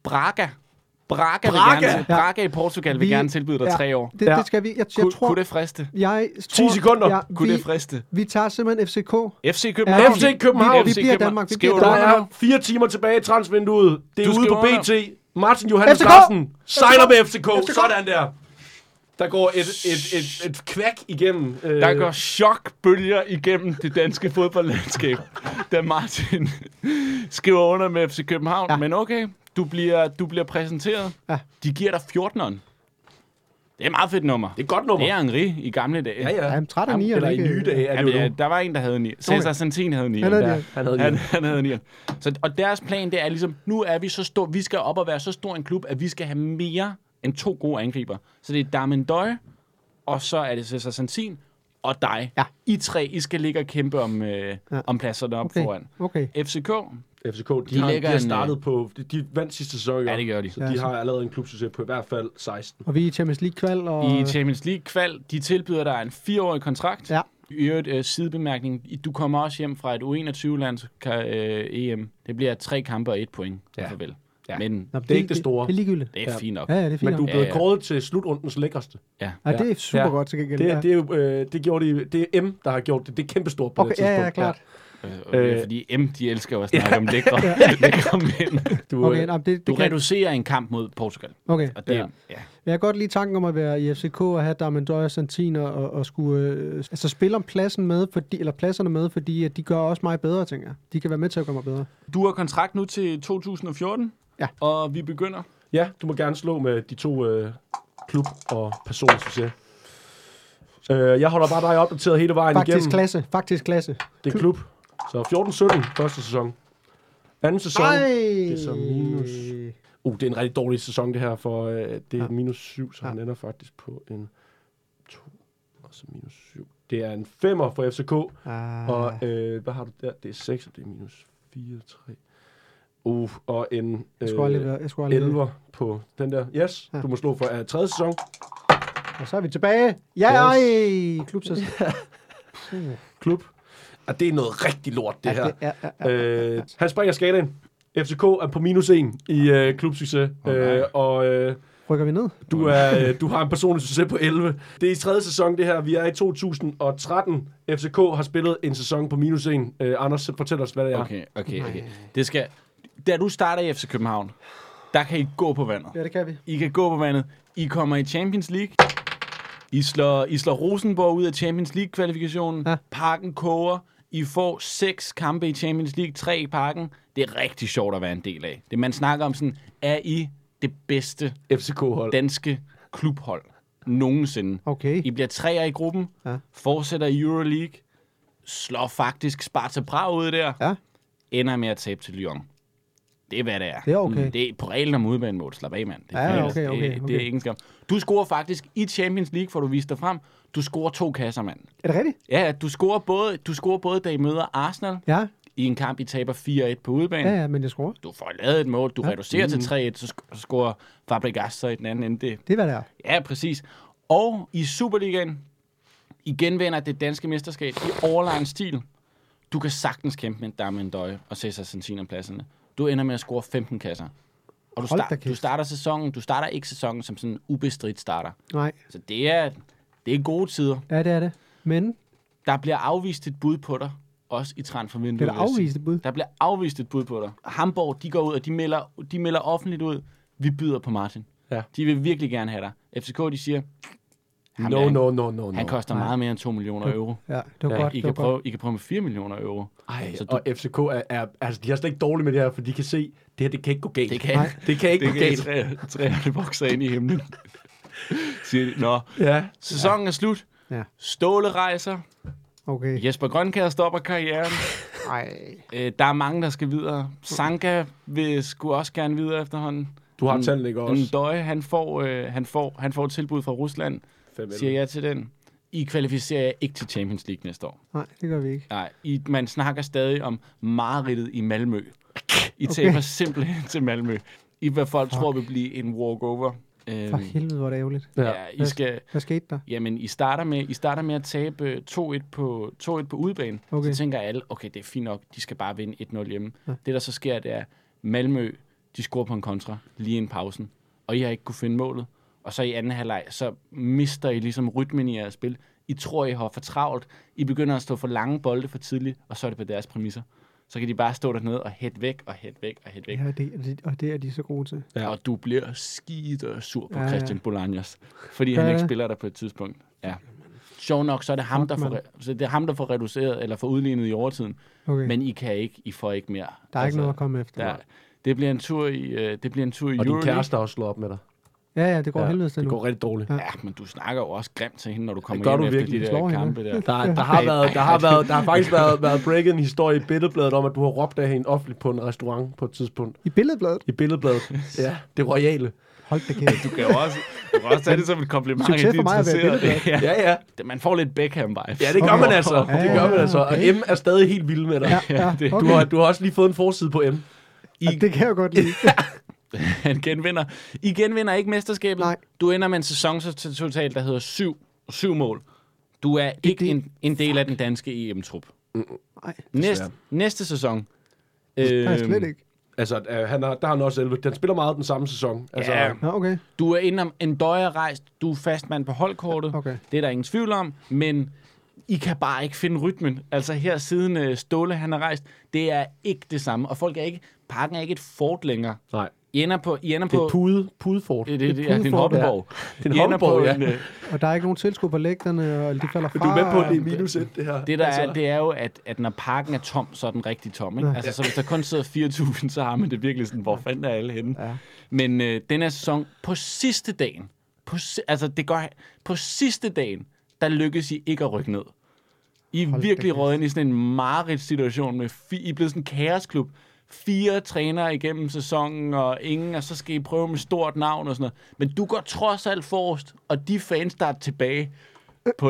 Braga i Portugal vil gerne tilbyde dig 3 år. Det skal vi. Jeg tror, kunne det friste? 10 sekunder. Kunne det friste? Vi tager simpelthen FCK. FC København. FC København. Vi bliver Danmark. Der er 4 timer tilbage i transvinduet. Det er ude på BT. Martin Johannes Larsen signer med FCK. Sådan der. Der går et kvæk igennem. Der går chokbølger igennem det danske fodboldlandskab, da Martin skriver under med FC København. Ja. Men okay, du bliver præsenteret. Ja. De giver dig 14'eren. Det er et meget fedt nummer. Det er et godt nummer. Det er Henri i gamle dage. Ja. Han træt af 9'eren. Eller i nye dage. Der var en, der havde 9. Cesar Santin havde 9. Han havde 9. Og deres plan, det er ligesom, nu er vi så stor, vi skal op og være så stor en klub, at vi skal have mere end 2 gode angriber. Så det er Darmen Døje, og så er det Cesar Santin og dig. Ja. I 3, I skal ligge og kæmpe om pladserne op foran. Okay. FCK, de har startet på... De vandt sidste sæson. Ja, det gør de. Så de har allerede en klubsucces på i hvert fald 16. Og vi er i Champions League-kval. I Champions League-kval, de tilbyder dig en 4-årig kontrakt. Ja. I øvrigt sidebemærkning, du kommer også hjem fra et U21-lands EM. Det bliver 3 kampe og 1 point. Ja. Farvel. Ja. Men det er ikke det store. Det er ligegyldigt. Det er fint nok. Ja, det er fint. Men du er blevet kåret til slutrundens lækreste. Ja, det er super godt til gengæld. Det gjorde de. Det er M, der har gjort det. Det er kæmpestort på det tidspunkt. Ja, klart. Fordi M, de elsker jo at snakke om lækre mænd. Du reducerer en kamp mod Portugal. Okay. Og det, jeg har godt lige tanken om at være i FCK og have Darmen Døje, Santin og skulle spille om pladserne med, fordi at de gør også mig bedre, tænker jeg. De kan være med til at gøre mig bedre. Du har kontrakt nu til 2014, og vi begynder. Ja, du må gerne slå med de 2 klub og personlig succes. Jeg holder bare dig opdateret hele vejen igennem. Faktisk klasse. Det er klub. Så 14-17, første sæson. Anden sæson, det er så minus... det er en rigtig dårlig sæson, det her, for det er minus 7, så han ender faktisk på en 2, og så minus 7. Det er en 5'er for FCK, og hvad har du der? Det er 6, og det er minus 4, 3. Og en 11'er på den der. Yes, du må slå for tredje sæson. Og så er vi tilbage. Klubsæson. Klub. Og det er noget rigtig lort, det her. Han springer skalaen. FCK er på minus 1 i klubsucces. Rykker vi ned? Du har en personlig succes på 11. Det er i tredje sæson, det her. Vi er i 2013. FCK har spillet en sæson på minus 1. Anders, fortæl os, hvad det er. Okay. Det skal... Da du starter i FC København, der kan I gå på vandet. Ja, det kan vi. I kan gå på vandet. I kommer i Champions League. I slår Rosenborg ud af Champions League-kvalifikationen. Ja. Parken koger. I får 6 kampe i Champions League, 3 i Parken. Det er rigtig sjovt at være en del af. Det man snakker om sådan, er I det bedste FCK-hold. Danske klubhold nogensinde. Okay. I bliver 3'er i gruppen, fortsætter i Euroleague, slår faktisk Sparta Prag ud der, ender med at tabe til Lyon. Det er, hvad det er. Det er okay. Det er på reglen om udbanemål. Slap af, mand. Det er, okay. Det er ingen skam. Du scorer faktisk i Champions League, for du viste dig frem. Du scorer 2 kasser, mand. Er det rigtigt? Ja, du scorer både, da I møder Arsenal, i en kamp, I taber 4-1 på udebane. Ja, men jeg scorer. Du får lavet et mål, du reducerer til 3-1, så scorer Fabregas så i den anden ende. Det er, hvad det er. Ja, præcis. Og i Superligaen, I genvinder det danske mesterskab i overlegen stil. Du kan sagtens kæmpe med en Dame Ndøje og Cesar Santino-pladserne. Du ender med at score 15 kasser. Og du starter ikke sæsonen som sådan en ubestridt starter. Nej. Så det er gode tider. Ja, det er det. Men der bliver afvist et bud på dig, også i transfervinduet. Det er afvist et bud? Der bliver afvist et bud på dig. Hamburg, de går ud, og de melder offentligt ud, vi byder på Martin. Ja. De vil virkelig gerne have dig. FCK, de siger, No. Han koster meget mere end 2 millioner euro. Ja, det var godt. I kan prøve med 4 millioner euro. Og FCK altså, de har slet ikke dårligt med det her, for de kan se, det kan ikke gå galt. Det kan ikke gå galt. Træerne vokser ind i himlen. Siger de. Nå. Ja. Sæsonen er slut. Ja. Ståle rejser. Okay. Jesper Grønkjær stopper karrieren. Der er mange, der skal videre. Sanka vil sgu også gerne videre efterhånden. Du har talt ikke også. Ndøje, han får et tilbud fra Rusland. Siger jeg til den. I kvalificerer ikke til Champions League næste år. Nej, det gør vi ikke. Nej, man snakker stadig om mareridtet i Malmø. I taber simpelthen til Malmø. I hvad folk tror vil blive en walkover. For helvede, hvor det ærgerligt. Ja, hvad skete der? Jamen, I starter med at tabe 2-1 på udebane. Okay. Så tænker alle, okay, det er fint nok, de skal bare vinde 1-0 hjemme. Ja. Det, der så sker, det er, Malmø, de scorer på en kontra lige inden pausen. Og I har ikke kunne finde målet. Og så i anden halvleg, så mister I ligesom rytmen i jeres spil. I tror, I har for travlt. I begynder at stå for lange bolde for tidligt, og så er det på deres præmisser. Så kan de bare stå dernede og hætte væk. Ja, det er de så gode til. Ja. Og du bliver skide sur på Christian Bolaños, fordi han ikke spiller der på et tidspunkt. Ja. Sjov nok, så er det ham, der får reduceret eller får udlignet i overtiden. Okay. Men I får ikke mere. Der er ikke noget at komme efter. Det bliver en tur i Euroleague. Og din kæreste har også slået op med dig. Ja, det går helvedes til nu. Det går rigtig dårligt. Ja, men du snakker jo også grimt til hende, når du kommer hjem efter de der kampe der. Der har faktisk været breaket en historie i Billedbladet om, at du har råbt af hende offentligt på en restaurant på et tidspunkt. I Billedbladet? I Billedbladet. Ja, det royale. Hold da kæft. Du kan jo også tage det som et kompliment. Succes for mig at være Billedbladet. Ja. Man får lidt Beckham-vibes. Ja, det gør man altså. Og M er stadig helt vild med dig. Ja. Du har også lige fået en forside på M. Det kan jeg godt lide. I genvinder ikke mesterskabet. Nej. Du ender med en sæson totalt, der hedder 7 mål. Du er ikke en del af den danske EM-trup. Næste sæson. Slet ikke. Altså, der har han også 11. Den spiller meget den samme sæson. Altså, ja, okay. Du er inde om en døje rejst. Du er fastmand på holdkortet. Okay. Det er der ingen tvivl om. Men I kan bare ikke finde rytmen. Altså her siden Ståle, han har rejst, det er ikke det samme. Og Parken er ikke et fort længere. Nej. I ender på det er pudefort. Det er en hoppeborg. Det er en hoppeborg, ja. Og der er ikke nogen tilskud på lægterne, og de falder fra. Du er med på, det er minus 1, det her. Det er jo, at når parken er tom, så er den rigtig tom. Ikke? Altså, så hvis der kun sidder 4.000, så har man det virkelig sådan, hvor fanden er alle henne? Ja. Men den her sæson, på sidste dagen, på sidste dagen, der lykkedes I ikke at rykke ned. I er virkelig røget ind i sådan en mareridts-situation med I er blevet sådan en kaosklub. 4 trænere igennem sæsonen, og så skal I prøve med stort navn og sådan noget. Men du går trods alt forrest, og de fans, der er tilbage på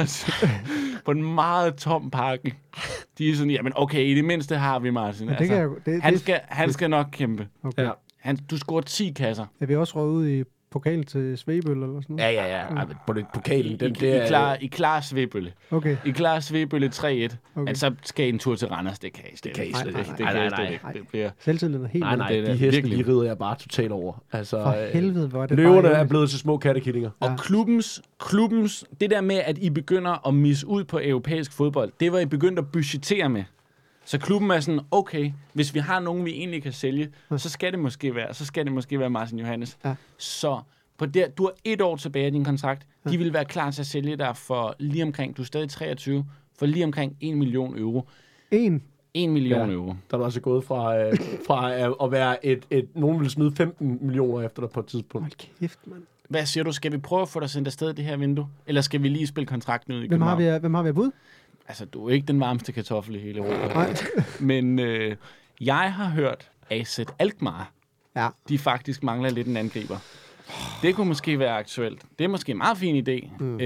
på en meget tom pakke, de er sådan, jamen okay, i det mindste har vi Martin. Han skal nok kæmpe. Okay. Ja. Du scorer 10 kasser. Er vi også røget ud i pokal til Svebølle eller sådan noget? Ja. På det pokalen. I klarer Svebølle. Okay. I klarer Svebølle 3-1. Okay. Men så skal I en tur til Randers. Det kan I slet ikke. Det bliver... Selvtilliden er helt... Nej, de heste, de rider jeg bare totalt over. Altså, for helvede, hvor er det løverne er blevet til små kattekillinger. Og klubbens, det der med, at I begynder at misse ud på europæisk fodbold, det var I begyndt at budgettere med. Så klubben er sådan, okay, hvis vi har nogen, vi egentlig kan sælge, så skal det måske være Martin Johannes. Ja. Så du har 1 år tilbage af din kontrakt. De vil være klar til at sælge dig for lige omkring, du er stadig 23, for lige omkring 1 million euro. 1 million euro. Der er du altså gået fra at være nogen vil smide 15 millioner efter dig på et tidspunkt. Hold kæft, mand. Hvad siger du? Skal vi prøve at få dig sendt afsted i det her vindue? Eller skal vi lige spille kontrakten ud i Hvem har vi at bud? Altså, du er ikke den varmeste kartoffel i hele Europa. Men jeg har hørt AZ Alkmaar. Ja. De faktisk mangler lidt en angriber. Det kunne måske være aktuelt. Det er måske en meget fin idé.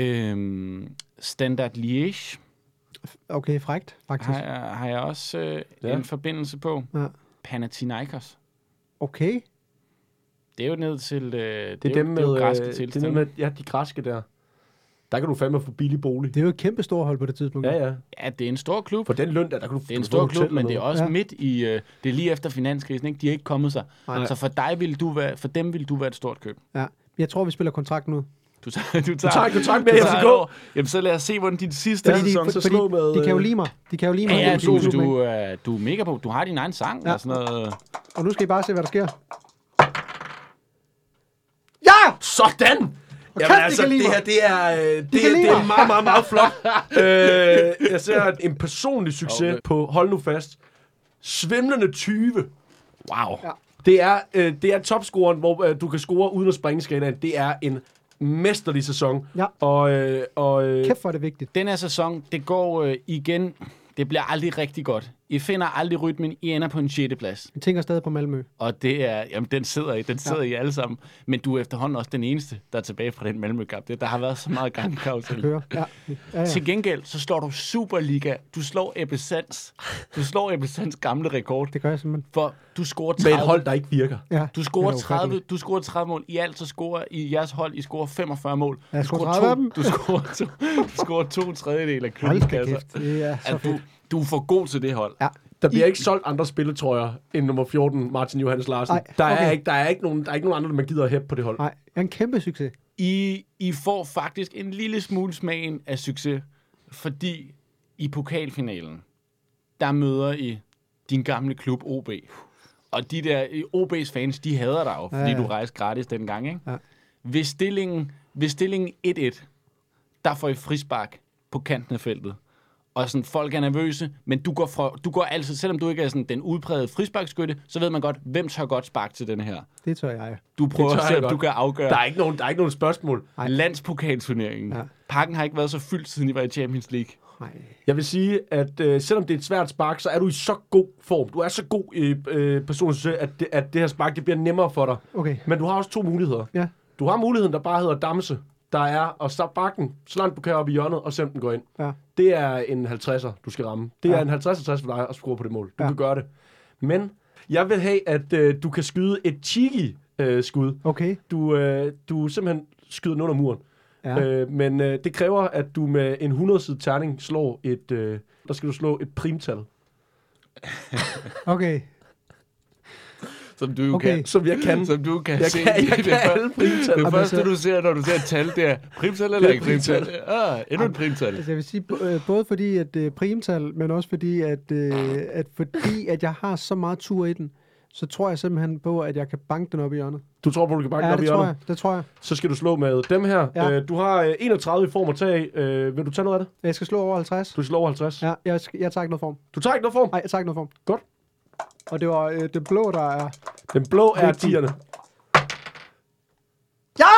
Standard Liège. Okay, frækt, faktisk. Har jeg også en forbindelse på. Ja. Panathinaikos. Okay. Det er jo ned til det er dem med græske tilstand. Det er med, de græske der. Der kan du fandme få billig bolig. Det er jo et kæmpe stort hold på det tidspunkt. Ja, det er en stor klub. For den løn der kan du. Det er en stor klub, men det er også midt i det er lige efter finanskrisen, ikke? De er ikke kommet sig. Nej. Så for dem vil du være et stort køb. Ja. Jeg tror vi spiller kontrakten ud. Du tager kontrakt med FCK. Jamen så lad os se hvordan din sidste sæson så slår med. De kan jo lide mig. Ja, du er mega på. Du har din egen sang og sådan noget. Og nu skal I bare se hvad der sker. Ja! Sådan! Jamen altså, det her, det er meget, meget, meget flot. Jeg ser en personlig succes på, hold nu fast, svimlende 20. Wow. Ja. Det er topscoren, hvor du kan score uden at springe skalaen. Det er en mesterlig sæson. Ja. Kæft for det vigtigt. Den her sæson, det går igen. Det bliver aldrig rigtig godt. I finder aldrig rytmen. I ender på en 6. plads. Jeg tænker stadig på Malmø. Og det er, jamen den sidder I alle sammen. Men du er efterhånden også den eneste, der er tilbage fra den Malmø-kamp. Der har været så meget gang i karusellen. Ja. Til gengæld, så slår du Superliga. Du slår Ebbe Sands. Du slår Ebbe Sands gamle rekord. Det gør jeg simpelthen. For du scorer 30. Med et hold, der ikke virker. Ja. Du scorer 30 mål. I alt så scorer i jeres hold, I scorer 45 mål. Du scorer 2/3 af klubbens kasser. Det er så fedt. Du er for god til det hold. Ja. Der bliver ikke solgt andre spilletrøjer end nummer 14, Martin Johannes Larsen. Der er ikke nogen andre, man gider at hæppe på det hold. Nej, det er en kæmpe succes. I får faktisk en lille smule smagen af succes, fordi i pokalfinalen, der møder I din gamle klub OB. Og de der OB's fans, de hader dig jo, fordi du rejste gratis dengang, ikke? Ja. Ved stillingen 1-1, der får I frispark på kanten af feltet. Og sådan, folk er nervøse, men du går altid, selvom du ikke er sådan den udprægede frisparkskytte, så ved man godt, hvem tør godt spark til denne her. Det tør jeg. Du prøver at se, om du kan afgøre. Der er ikke nogen spørgsmål. Landspokalturneringen. Ja. Parken har ikke været så fyldt, siden I var i Champions League. Nej. Jeg vil sige, at selvom det er et svært spark, så er du i så god form. Du er så god i personligt, at det her spark, det bliver nemmere for dig. Okay. Men du har også 2 muligheder. Ja. Du har muligheden, der bare hedder damse. Der er at starte bakken, så langt du kan op i hjørnet, og se den går ind. Ja. Det er en 50'er, du skal ramme. Det er en 50-60 for dig at score på det mål. Du kan gøre det. Men jeg vil have, at du kan skyde et cheeky skud. Okay. Du simpelthen skyder den under muren. Ja. Men det kræver, at du med en 100-side terning slår der skal du slå et primtal. Okay. Som du kan. Som jeg kan. Som du kan se. Jeg kan alle primtal. Det første, du ser, når du ser et tal, det er primtal eller ikke primtal? Endnu et primtal. Altså, jeg vil sige, både fordi, at primtal, men også fordi, at jeg har så meget tur i den, så tror jeg simpelthen på, at jeg kan banke den op i hjørnet. Du tror på, at du kan banke den op i hjørnet? Det tror jeg. Så skal du slå med dem her. Ja. Du har 31 i form at tage. Vil du tage noget af det? Jeg skal slå over 50. Du slår over 50? Ja, jeg tager ikke noget form. Du tager ikke noget form? Nej, jeg tager ikke noget form. Godt. Og det var den blå, der er... Den blå er 10'erne. Ja!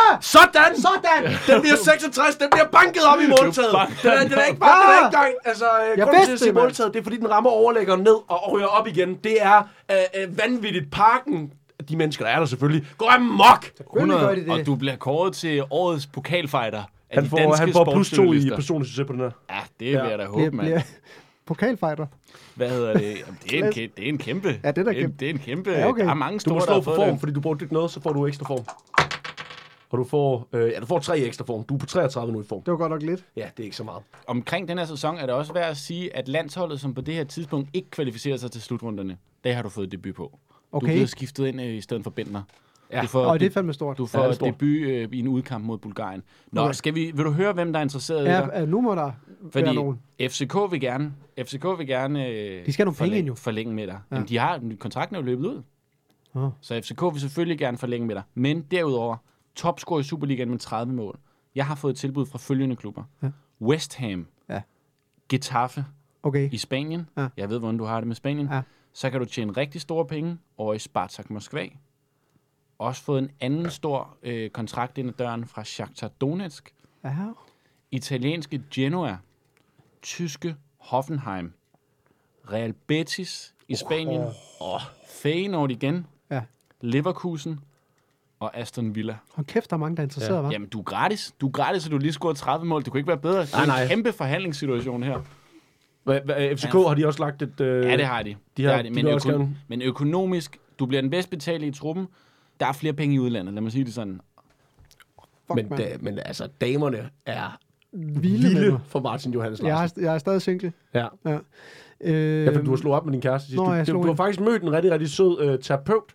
Sådan! Den bliver 66, den bliver banket op i måltaget. Den er ikke bare engang. Altså, grunden til at sige måltaget, det er fordi den rammer overlæggeren ned og ryger op igen. Det er vanvittigt. Parken, de mennesker, der er der selvfølgelig, går amok. 100, og du bliver kåret til årets pokalfighter. Han får plus 2 i personlig succes på den her. Ja, det vil jeg da håbe, mand. Pokalfighter. Hvad hedder det? Jamen, det er en kæmpe. Ja, det er en kæmpe. Ja, okay. Der er mange store, du må slå for form, fordi du brugte ikke noget, så får du ekstra form. Og du får 3 ekstra form. Du er på 33 nu i form. Det var godt nok lidt. Ja, det er ikke så meget. Omkring den her sæson er det også værd at sige, at landsholdet, som på det her tidspunkt ikke kvalificerer sig til slutrunderne, det har du fået debut på. Okay. Du er blevet skiftet ind i stedet for Bentner. Ja. Det er fandme stort. Du får debut i en udkamp mod Bulgarien. Nå, okay. vil du høre, hvem der er interesseret i dig? Ja, nu må der være nogen. FCK vil gerne de skal have nogle penge ind, jo. Forlænge med dig. Ja. Jamen, kontrakten er jo løbet ud. Så FCK vil selvfølgelig gerne forlænge med dig. Men derudover, topscorer i Superligaen med 30 mål. Jeg har fået et tilbud fra følgende klubber. Ja. West Ham, Getafe i Spanien. Ja. Jeg ved, hvordan du har det med Spanien. Ja. Så kan du tjene rigtig store penge over i Spartak Moskva. Også fået en anden stor kontrakt ind ad døren fra Shakhtar Donetsk. Ja. Italienske Genoa. Tyske Hoffenheim. Real Betis i Spanien. Feyenoord igen. Ja. Leverkusen. Og Aston Villa. Hold kæft, der er mange, der er interesseret, hva'? Jamen, du er gratis. Du er gratis, så du lige scoret 30 mål. Det kunne ikke være bedre. Det er en kæmpe forhandlingssituation her. FCK har de også lagt et... Ja, det har de. Men økonomisk, du bliver den bedst betalte i truppen. Der er flere penge i udlandet, lad mig sige det sådan. Men altså, damerne er vilde for Martin Johannes Larsen. Jeg er stadig single. Ja. Fordi du har slået op med din kæreste sidst. Du har faktisk mødt en rigtig, rigtig sød terapeut.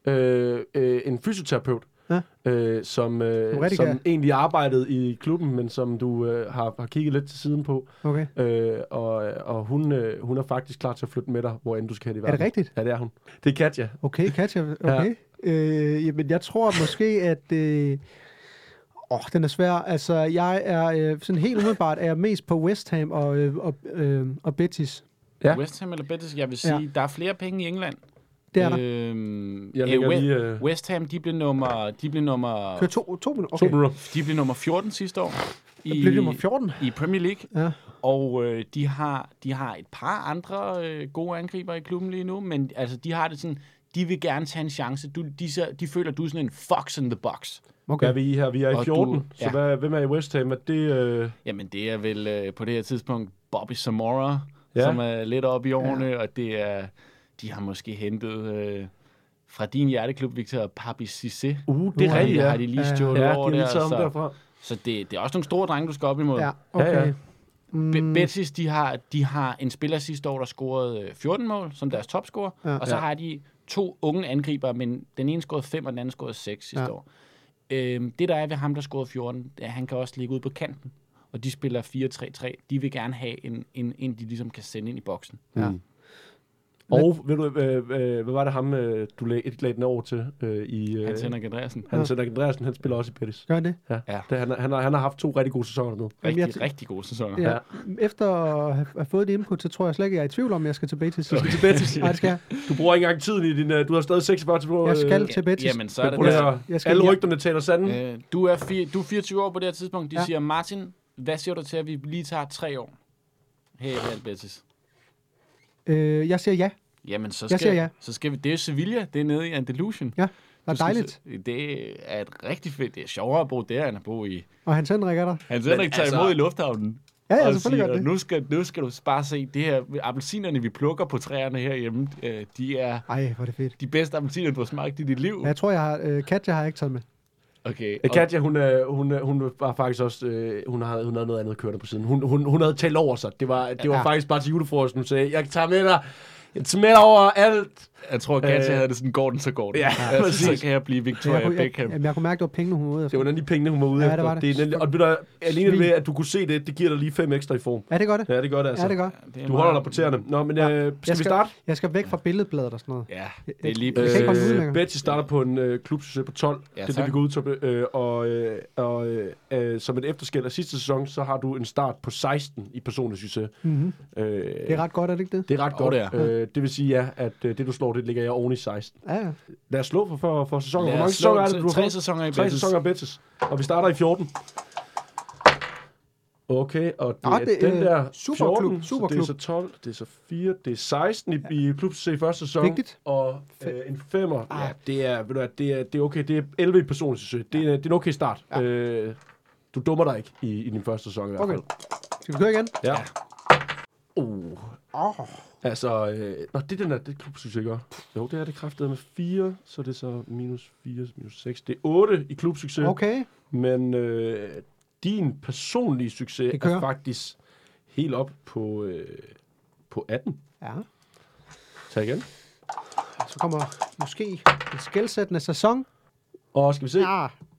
En fysioterapeut. Som egentlig arbejdede i klubben, men som du har kigget lidt til siden på. Okay. Og hun er faktisk klar til at flytte med dig, hvor end du skal have det i verden. Er det rigtigt? Ja, det er hun. Det er Katja. Okay, Katja. Okay. Jamen, jeg tror måske, at... den er svær. Altså, jeg er sådan helt umiddelbart er jeg mest på West Ham og Betis. Ja. West Ham eller Betis? Jeg vil sige, der er flere penge i England. Det er der. West Ham, de blev nummer... Kører 2 minutter? Okay. De blev nummer 14 sidste år. Blev nummer 14? I Premier League. Ja. Og de har et par andre gode angriber i klubben lige nu, men altså, de har det sådan... De vil gerne tage en chance. De føler, du er sådan en fox in the box. Okay. Ja, vi er i 14, så hvem er i West Ham? Jamen, det er vel på det her tidspunkt Bobby Zamora, som er lidt oppe i årene, og det er... De har måske hentet fra din hjerteklub, Victor, Papi Cissé. Det er rigtigt, har de lige stjålet over der. Så det er også nogle store drenge, du skal op imod. Ja, okay. Betis, de har en spiller sidste år, der scorede 14 mål som deres topscorer, og så har de 2 unge angriber, men den ene scorede 5, og den anden scorede 6 sidste år. Det, der er ved ham, der scorede 14, det er, han kan også ligge ude på kanten, og de spiller 4-3-3. De vil gerne have en de ligesom kan sende ind i boksen. Ja. Og ved du, hvad var det ham, du lagde den over til? Hans Henrik Andreasen. Hans Henrik Andreasen, han spiller også i Betis. Gør det? Ja. Han har haft 2 rigtig gode sæsoner nu. Rigtig gode sæsoner. Ja. Efter at have fået det input, så tror jeg slet ikke, jeg er i tvivl om, jeg skal til Betis. Du skal til Betis? Nej, det skal jeg. Du bruger ikke engang tiden i din... Du har stadig 46 til... Jeg skal til Betis. Jamen, så er det alle rygterne taler sanden. Du er 24 år på det her tidspunkt. De siger, Martin, hvad siger du til, at vi lige tager 3 år her i Real Betis? Jeg siger ja. Jamen, så skal vi... Det er Sevilla, det er nede i Andalusien. Ja, det er dejligt. Det er et rigtig fedt... Det er sjovere at bo der, end at bo i... Og Hans Henrik er der. Hans Henrik tager imod i lufthavnen. Ja, selvfølgelig gør det. Nu skal du bare se, det her... Appelsinerne, vi plukker på træerne herhjemme, de er... Ej, hvor er det fedt. De bedste appelsiner, du har smagt i dit liv. Jeg tror, Katja har ikke taget med. Okay. Katja, hun var faktisk også... Hun havde noget andet kørende på siden. Hun havde talt over sig. Det var faktisk bare til julefrokosten, hun sagde, jeg tager med dig... Jeg tager med over alt. Jeg tror, Katja havde det sådan, går den, så går den. Ja, så kan jeg blive Victoria Beckham. Jeg kunne mærke, det var pengene, hun var ude efter. Det var nemlig pengene, hun var ude efter. Det var det. Og ved du, alene ved, at du kunne se det, det giver dig lige 5 ekstra i form. Ja, det gør det. Ja, det gør det altså. Ja, det gør. Du holder dig på tæerne. Nå, men skal vi starte? Jeg skal væk fra billedbladet og sådan noget. Ja, det er lige præcis. Betty starter på en klubsucces på 12. Ja, det er det, vi går ud til. Og som et efterskæld af sidste sæson, så har du en start på 16 i personlig succes. Det er ret godt, er det ikke det? Det er ret godt. Det vil sige, at det du slår år, det ligger jeg oven i 16. Ja. Lad os slå for sæsoner. Lad Hvor mange os slå sæsoner er det, du har 3 fået? sæsoner i 3 Betis. sæsoner i Betis. Og vi starter i 14. Okay, og det er det den der Superklub. 14, Superklub. så det er så 12, det er så 4, det er 16 i klubsucces i første sæson. Vigtigt. Og en 5'er, ja, det er, ved du hvad, det er okay, det er 11 i personlig succes. Det er en okay start. Ja. Du dummer dig ikke i din første sæson i hvert fald. Skal vi køre igen? Ja. Altså, det er den der, det er klubsucces, ikke? Jo, det er det kraftedeme med 4, så det er så minus 4, minus 6. Det er 8 i klubsucces. Okay. Men din personlige succes er faktisk helt op på 18. Ja. Tag igen. Så kommer måske en skældsættende sæson. Og skal vi se?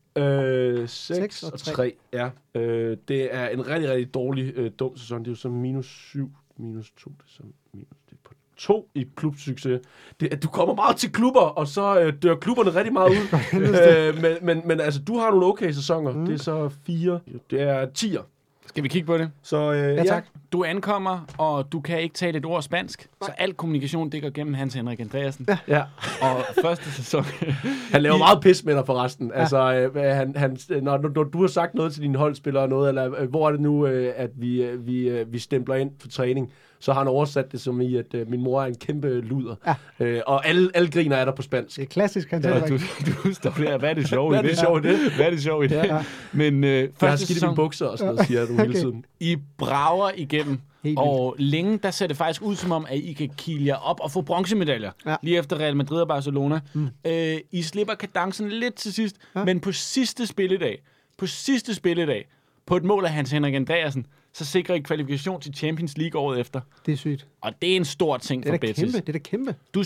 Ja. 6 og 3. Ja. Det er en rigtig, rigtig dårlig dum sæson. Det er jo så minus 7, minus 2. Det er så minus det er på 2 i klubsucces. Du kommer meget til klubber, og så dør klubberne rigtig meget ud. Men altså, du har nogle okay sæsoner. Det er så 4. Det er 10'er. Skal vi kigge på det? Så Ja, tak. Du ankommer, og du kan ikke tale et ord spansk, så al kommunikation, det går gennem Hans Henrik Andreasen. Ja. Og første sæson... Han laver meget pis med dig forresten. Ja. Altså, når du har sagt noget til dine holdspillere, noget, eller hvor er det nu, at vi stempler ind for træning, så har han oversat det som i, at min mor er en kæmpe luder. Ja. Og alle griner af dig på spansk. Det er klassisk, han Ja, du står der, hvad er det sjovt i det? Hvad er det sjovt i det? Ja. Men Jeg har første skidt i sæson, mine bukser og sådan noget, siger du hele tiden. I brager igennem, Helt og længe, der ser det faktisk ud som om, at I kan kile jer op og få bronzemedaljer. Ja. Lige efter Real Madrid og Barcelona. I slipper kadencen lidt til sidst, men på sidste spilledag, på et mål af Hans Henrik Andreasen, så sikrer I kvalifikation til Champions League året efter. Det er sygt. Og det er en stor ting for Betis. Det er da kæmpe. Du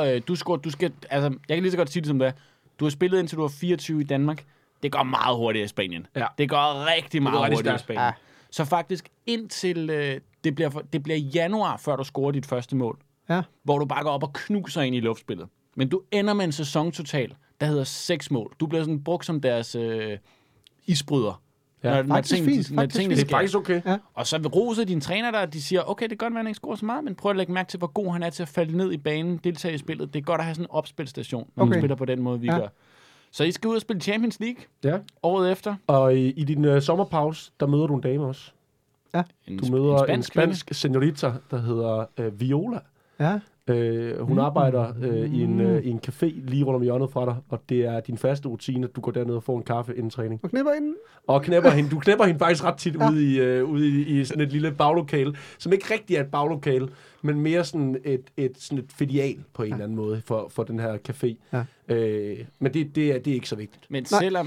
skal, altså, jeg kan lige så godt sige det som det er. Du har spillet indtil du var 24 i Danmark. Det går meget hurtigt i Spanien. Ja. Det går rigtig meget hurtigt i stærkt. Spanien. Ja. Så faktisk indtil det bliver januar, før du scorer dit første mål. Ja. Hvor du bare går op og knuser ind i luftspillet. Men du ender med en sæson total, der hedder 6 mål. Du bliver sådan brugt som deres isbryder. Ja. Faktisk fint. Det er faktisk okay. Ja. Og så vil rose dine træner der, de siger, okay, det kan godt være, at han ikke scorer så meget, men prøv at lægge mærke til, hvor god han er til at falde ned i banen, deltage i spillet. Det er godt at have sådan en opspilstation, når man spiller på den måde, vi gør. Så I skal ud og spille Champions League året efter. Og i din sommerpause, der møder du en dame også. Ja. Du møder en spansk señorita, der hedder Viola. Ja. Hun arbejder i en café lige rundt om hjørnet fra dig, og det er din faste rutine, at du går derned og får en kaffe inden træning. Og knipper inden. Og knæpper hende. Du knæpper hende faktisk ret tit ude i sådan et lille baglokale, som ikke rigtig er et baglokale, men mere sådan et filial på en eller anden måde for den her café. Ja. Men det er ikke så vigtigt. Men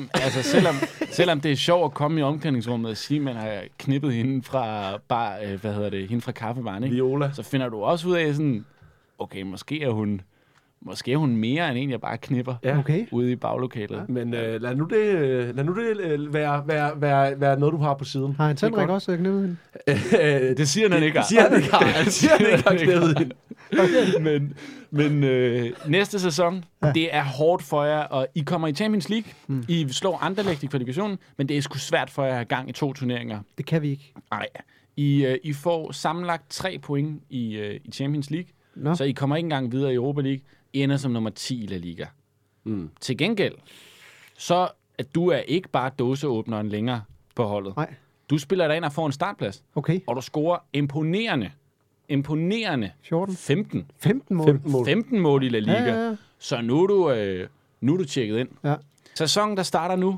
selvom det er sjovt at komme i omklædningsrummet og sige, at man har knippet hende fra hende fra kaffebaren, ikke? Viola. Så finder du også ud af sådan, okay, måske er hun mere end en, jeg bare knipper ude i baglokalet. Ja. Men lad nu det være noget, du har på siden. Har en Henrik også knippet hende? Det siger han ikke. Det siger han ikke. Han siger han ikke har knippet hende. Men næste sæson, det er hårdt for jer, og I kommer i Champions League. I slår Anderlecht i kvalifikationen, men det er sgu svært for jer at have gang i 2 turneringer. Det kan vi ikke. Nej. I får sammenlagt 3 point i Champions League, så I kommer ikke engang videre i Europa League. I ender som nummer 10 i La Liga. Til gengæld, så at du er ikke bare dåseåbneren længere på holdet. Nej. Du spiller dig ind og får en startplads. Okay. Og du scorer imponerende 15 mål. 15 mål i La Liga. Ja. Så nu er du tjekket ind. Ja. Sæsonen, der starter nu.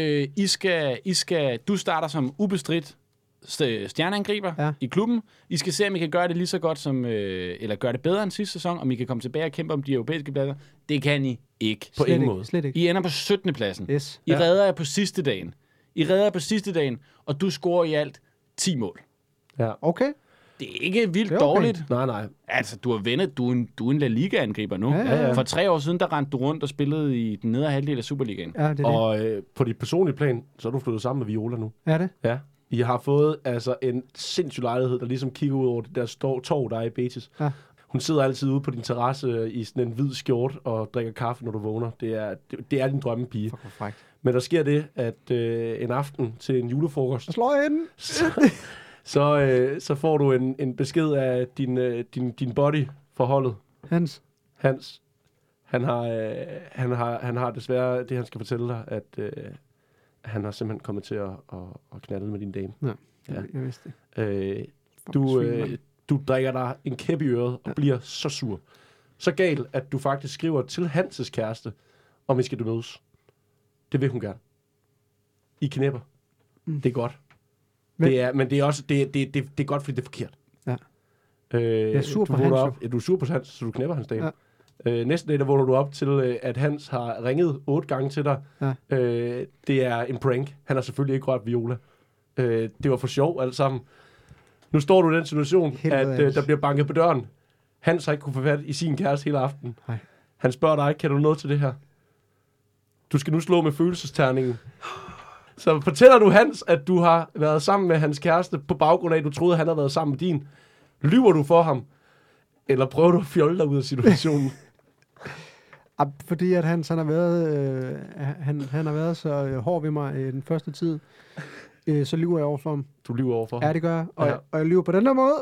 Du starter som ubestridt stjerneangriber i klubben. I skal se, om I kan gøre det lige så godt som, eller gøre det bedre end sidste sæson, om I kan komme tilbage og kæmpe om de europæiske pladser. Det kan I ikke. På ingen måde. Slet ikke. I ender på 17. pladsen. Yes. I redder jer på sidste dagen. Og du scorer i alt 10 mål. Ja. Okay. Det er ikke vildt Det er okay. dårligt. Nej. Altså, du har vendt. Du er en La Liga-angriber nu. Ja. For 3 år siden, der rendte du rundt og spillede i den nedre halvdel af Superligaen. Ja, det er Og på dit personlige plan, så er du flyttet sammen med Viola nu. det. Er det? Ja. I har fået altså en sindssyg lejlighed, der ligesom kigger ud over det der torv, der er i Betis. Ja. Hun sidder altid ude på din terrasse i sådan en hvid skjort og drikker kaffe, når du vågner. Det er din drømmepige. Fuck, hvor frækt. Men der sker det, at en aften til en julefrokost, Så slår jeg inden. så får du en besked af din buddy for holdet. Hans. Hans, han har desværre det, han skal fortælle dig, at han har simpelthen kommet til at knalde med din dame. Ja, jeg vidste det. Du drikker dig en kæp i øret og bliver så sur. Så gal, at du faktisk skriver til Hanses kæreste, om I skal du mødes. Det vil hun gerne. I knæpper. Det er godt. Men det er også det er godt, fordi det er forkert. Ja. Jeg er sur på Hans. Du er sur på Hans, så du knæpper hans dame. Ja. Næsten dag, der vågner du op til, at Hans har ringet 8 gange til dig. Ja. Det er en prank. Han har selvfølgelig ikke rørt Viola. Det var for sjov alt sammen. Nu står du i den situation, at der bliver banket på døren. Hans har ikke kunne få fat i sin kæreste hele aften. Nej. Han spørger dig, kan du noget til det her? Du skal nu slå med følelsesterningen. Så fortæller du Hans, at du har været sammen med hans kæreste på baggrund af, at du troede, at han havde været sammen med din. Lyver du for ham? Eller prøver du at fjolle dig ud af situationen? Fordi at han har været, han har været så hård ved mig den første tid, så lyver jeg over for ham. Du lyver over for ham? Ja, det gør jeg. Og jeg lyver på den der måde.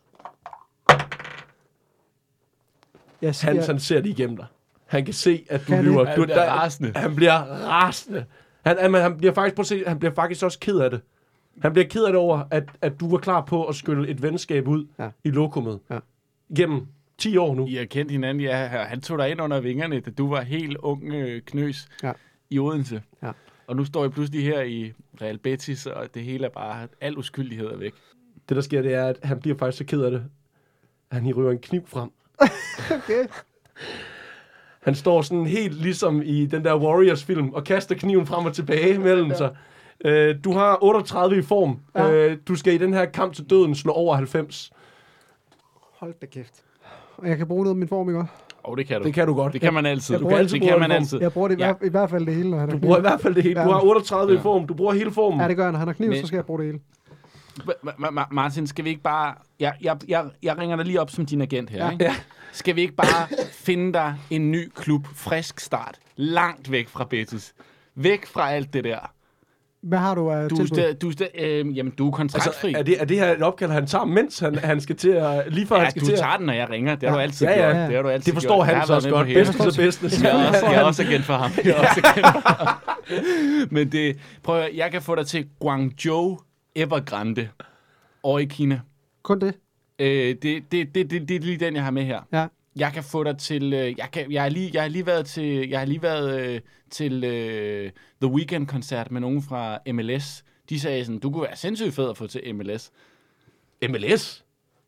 Han ser det igennem dig. Han kan se, at du lyver. Han bliver rasende. Han bliver rasende. Han bliver faktisk også ked af det. Han bliver ked af det over, at du var klar på at skylle et venskab ud i lokummet. Ja. Gennem 10 år nu. I har kendt hinanden, ja. Han tog dig ind under vingerne, da du var helt ung knøs i Odense. Ja. Og nu står I pludselig her i Real Betis, og det hele er bare, al uskyldighed er væk. Det, der sker, det er, at han bliver faktisk så ked af det, at han ryger en kniv frem. Okay. Han står sådan helt ligesom i den der Warriors-film, og kaster kniven frem og tilbage mellem sig. Du har 38 i form. Ja. Du skal i den her kamp til døden slå over 90. Hold da kæft. Og jeg kan bruge noget af min form, ikke? Det kan du. Det kan du godt. Det kan man altid. Jeg bruger det i hvert fald det hele. Du bruger i hvert fald det hele. Du har 38 i form. Du bruger hele formen. Ja, det gør han. Han har kniv, så skal jeg bruge det hele. Martin, skal vi ikke bare... Jeg ringer dig lige op som din agent her, ikke? Ja. Skal vi ikke bare finde dig en ny klub, frisk start, langt væk fra Betis, væk fra alt det der? Hvad har du af tilbud? Jamen, du er kontraktfri. Altså, er det her et opkald, han tager, mens han skal til at... Lige før han skal du tager den, når jeg ringer. Det har du altid gjort. Ja. Det har du altid det forstår han så også godt. Business. Jeg er også agent for ham. Men det... Prøv at, jeg kan få dig til Guangzhou Evergrande over i Kina. Kun det? Det er lige den, jeg har med her. Ja. Jeg kan få dig til... Jeg har lige været til The Weeknd-koncert med nogen fra MLS. De sagde sådan, du kunne være sindssygt fed at få til MLS. MLS?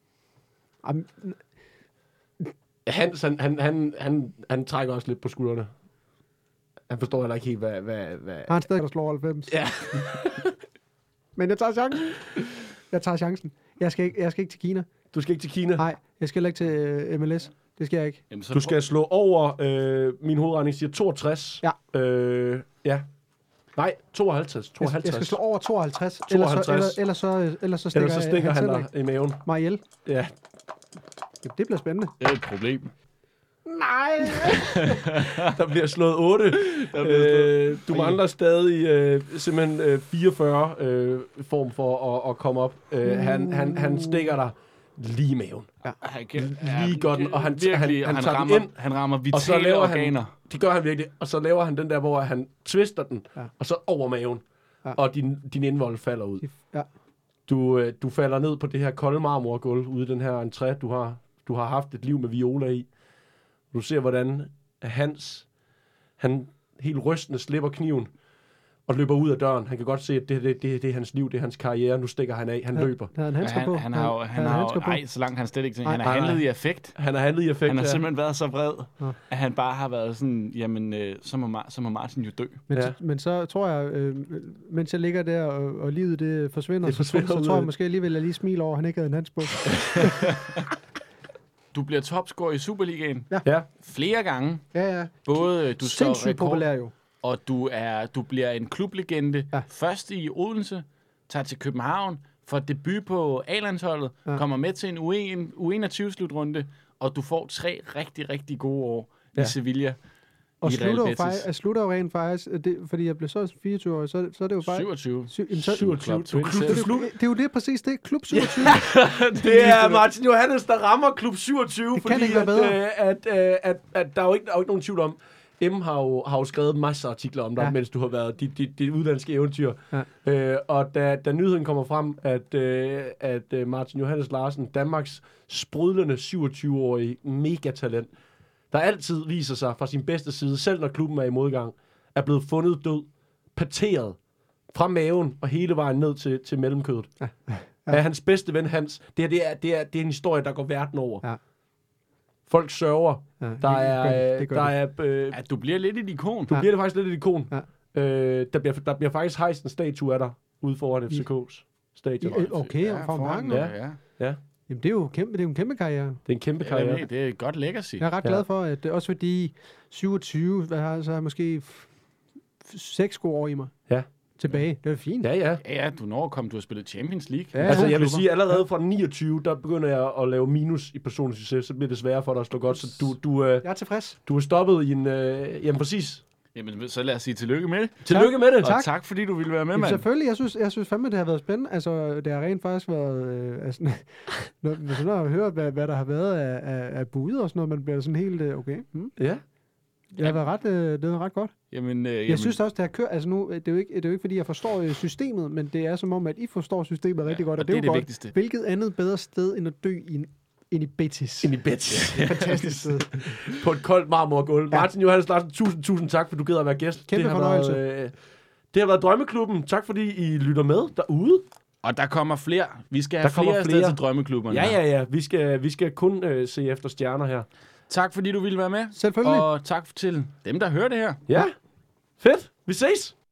Hans, han trækker også lidt på skuldrene. Han forstår heller ikke helt, hvad... Har han stadig, der slår 90? Ja. Men jeg tager chancen. Jeg skal ikke til Kina. Du skal ikke til Kina? Nej, jeg skal ikke til MLS. Det skal jeg ikke. Jamen, du skal slå over, min hovedregning siger 62. Ja. Ja. Nej, 52. Jeg skal slå over 52. 52. Ellers så stikker han dig i maven. Mig ihjel. Ja. Jamen, det bliver spændende. Det er et problem. Nej! Der bliver slået 8. Du mangler stadig simpelthen 44 form for at komme op. Han stikker dig lige i maven. Ja. Lige godt, og han tager den ind. Han rammer vitale organer. Det gør han virkelig. Og så laver han den der, hvor han twister den, og så over maven. Ja. Og din indvold falder ud. Ja. Du falder ned på det her kolde marmorgulv ude i den her entré. Du har haft et liv med Viola i. Du ser, hvordan Hans, han helt rystende slipper kniven og løber ud af døren. Han kan godt se, at det er hans liv, det er hans karriere. Nu stikker han af, han løber. Han har så langt han slet ikke. Han har handlet i affekt. Han har simpelthen været så vred, at han bare har været sådan, jamen, så må Martin jo dø. Men så tror jeg, mens jeg ligger der, og livet det forsvinder, så tror jeg måske alligevel, at jeg lige smiler over, at han ikke havde en handsbog. Du bliver topscorer i Superligaen. Ja. Flere gange. Ja. Både du står sindssygt populær jo. Og du bliver en klublegende. Ja. Først i Odense, tager til København, får debut på A-landsholdet, kommer med til en U21-slutrunde, og du får 3 rigtig, rigtig gode år i Sevilla. Og i Real Betis. slutter jo rent faktisk, fordi jeg blev så 24 år, så er det jo faktisk... 27. 27. Det er jo det præcis det. Klub 27. Det er Martin Johannes, der rammer klub 27, Det fordi kan ikke være bedre. at der er jo ikke nogen tvivl om, M har jo skrevet masser af artikler om dig, mens du har været dit udlandske eventyr. Ja. Og da nyheden kommer frem, at Martin Johannes Larsen, Danmarks sprudlende 27-årige megatalent, der altid viser sig fra sin bedste side, selv når klubben er i modgang, er blevet fundet død, parteret fra maven og hele vejen ned til mellemkødet. Ja. Af hans bedste ven Hans. Det er en historie, der går verden over. Ja. Folk sørger. Ja, der er du bliver lidt et ikon. Du bliver det faktisk lidt et ikon. Ja. Der bliver faktisk hejst en statue af dig ude foran FCK's stadion. Okay, og for mange. Ja. Jamen, det er jo en kæmpe karriere. Det er en kæmpe karriere. Ja, det er et godt legacy. Jeg er ret glad for, at også fordi 27, så har jeg måske 6 gode år i mig. Ja. Tilbage. Det er fint. Ja, du når at komme, du har spillet Champions League. Ja, altså, jeg vil sige, allerede fra 29, der begynder jeg at lave minus i personlig succes, så bliver det sværere for dig at slå godt. Så jeg er tilfreds. Du er stoppet i en... jamen, præcis. Jamen, så lad os sige tillykke med det. Tillykke med det. Og tak, fordi du ville være med, mand. Selvfølgelig. Jeg synes fandme, det har været spændende. Altså, det har rent faktisk været... hvis man har hørt, hvad der har været af bud og sådan noget, man bliver sådan helt... Okay. Ja. Det har været ret godt. Jeg synes også, det har kørt... Altså nu, det er jo ikke, fordi jeg forstår systemet, men det er som om, at I forstår systemet rigtig godt, og det er jo godt. Vigtigste. Hvilket andet bedre sted, end at dø ind i Betis. Ind i Betis. Fantastisk sted. På et koldt marmorgulv. Ja. Martin Johannes Larsen, tusind tak, for du gider at være gæst. Kæmpe fornøjelse. Det har været Drømmeklubben. Tak, fordi I lytter med derude. Og der kommer flere. Vi skal have flere afsted til Drømmeklubberne. Ja. Vi skal kun se efter stjerner her. Tak, fordi du ville være med. Selvfølgelig. Og tak til dem, der hører det her. Ja. Fedt. Vi ses.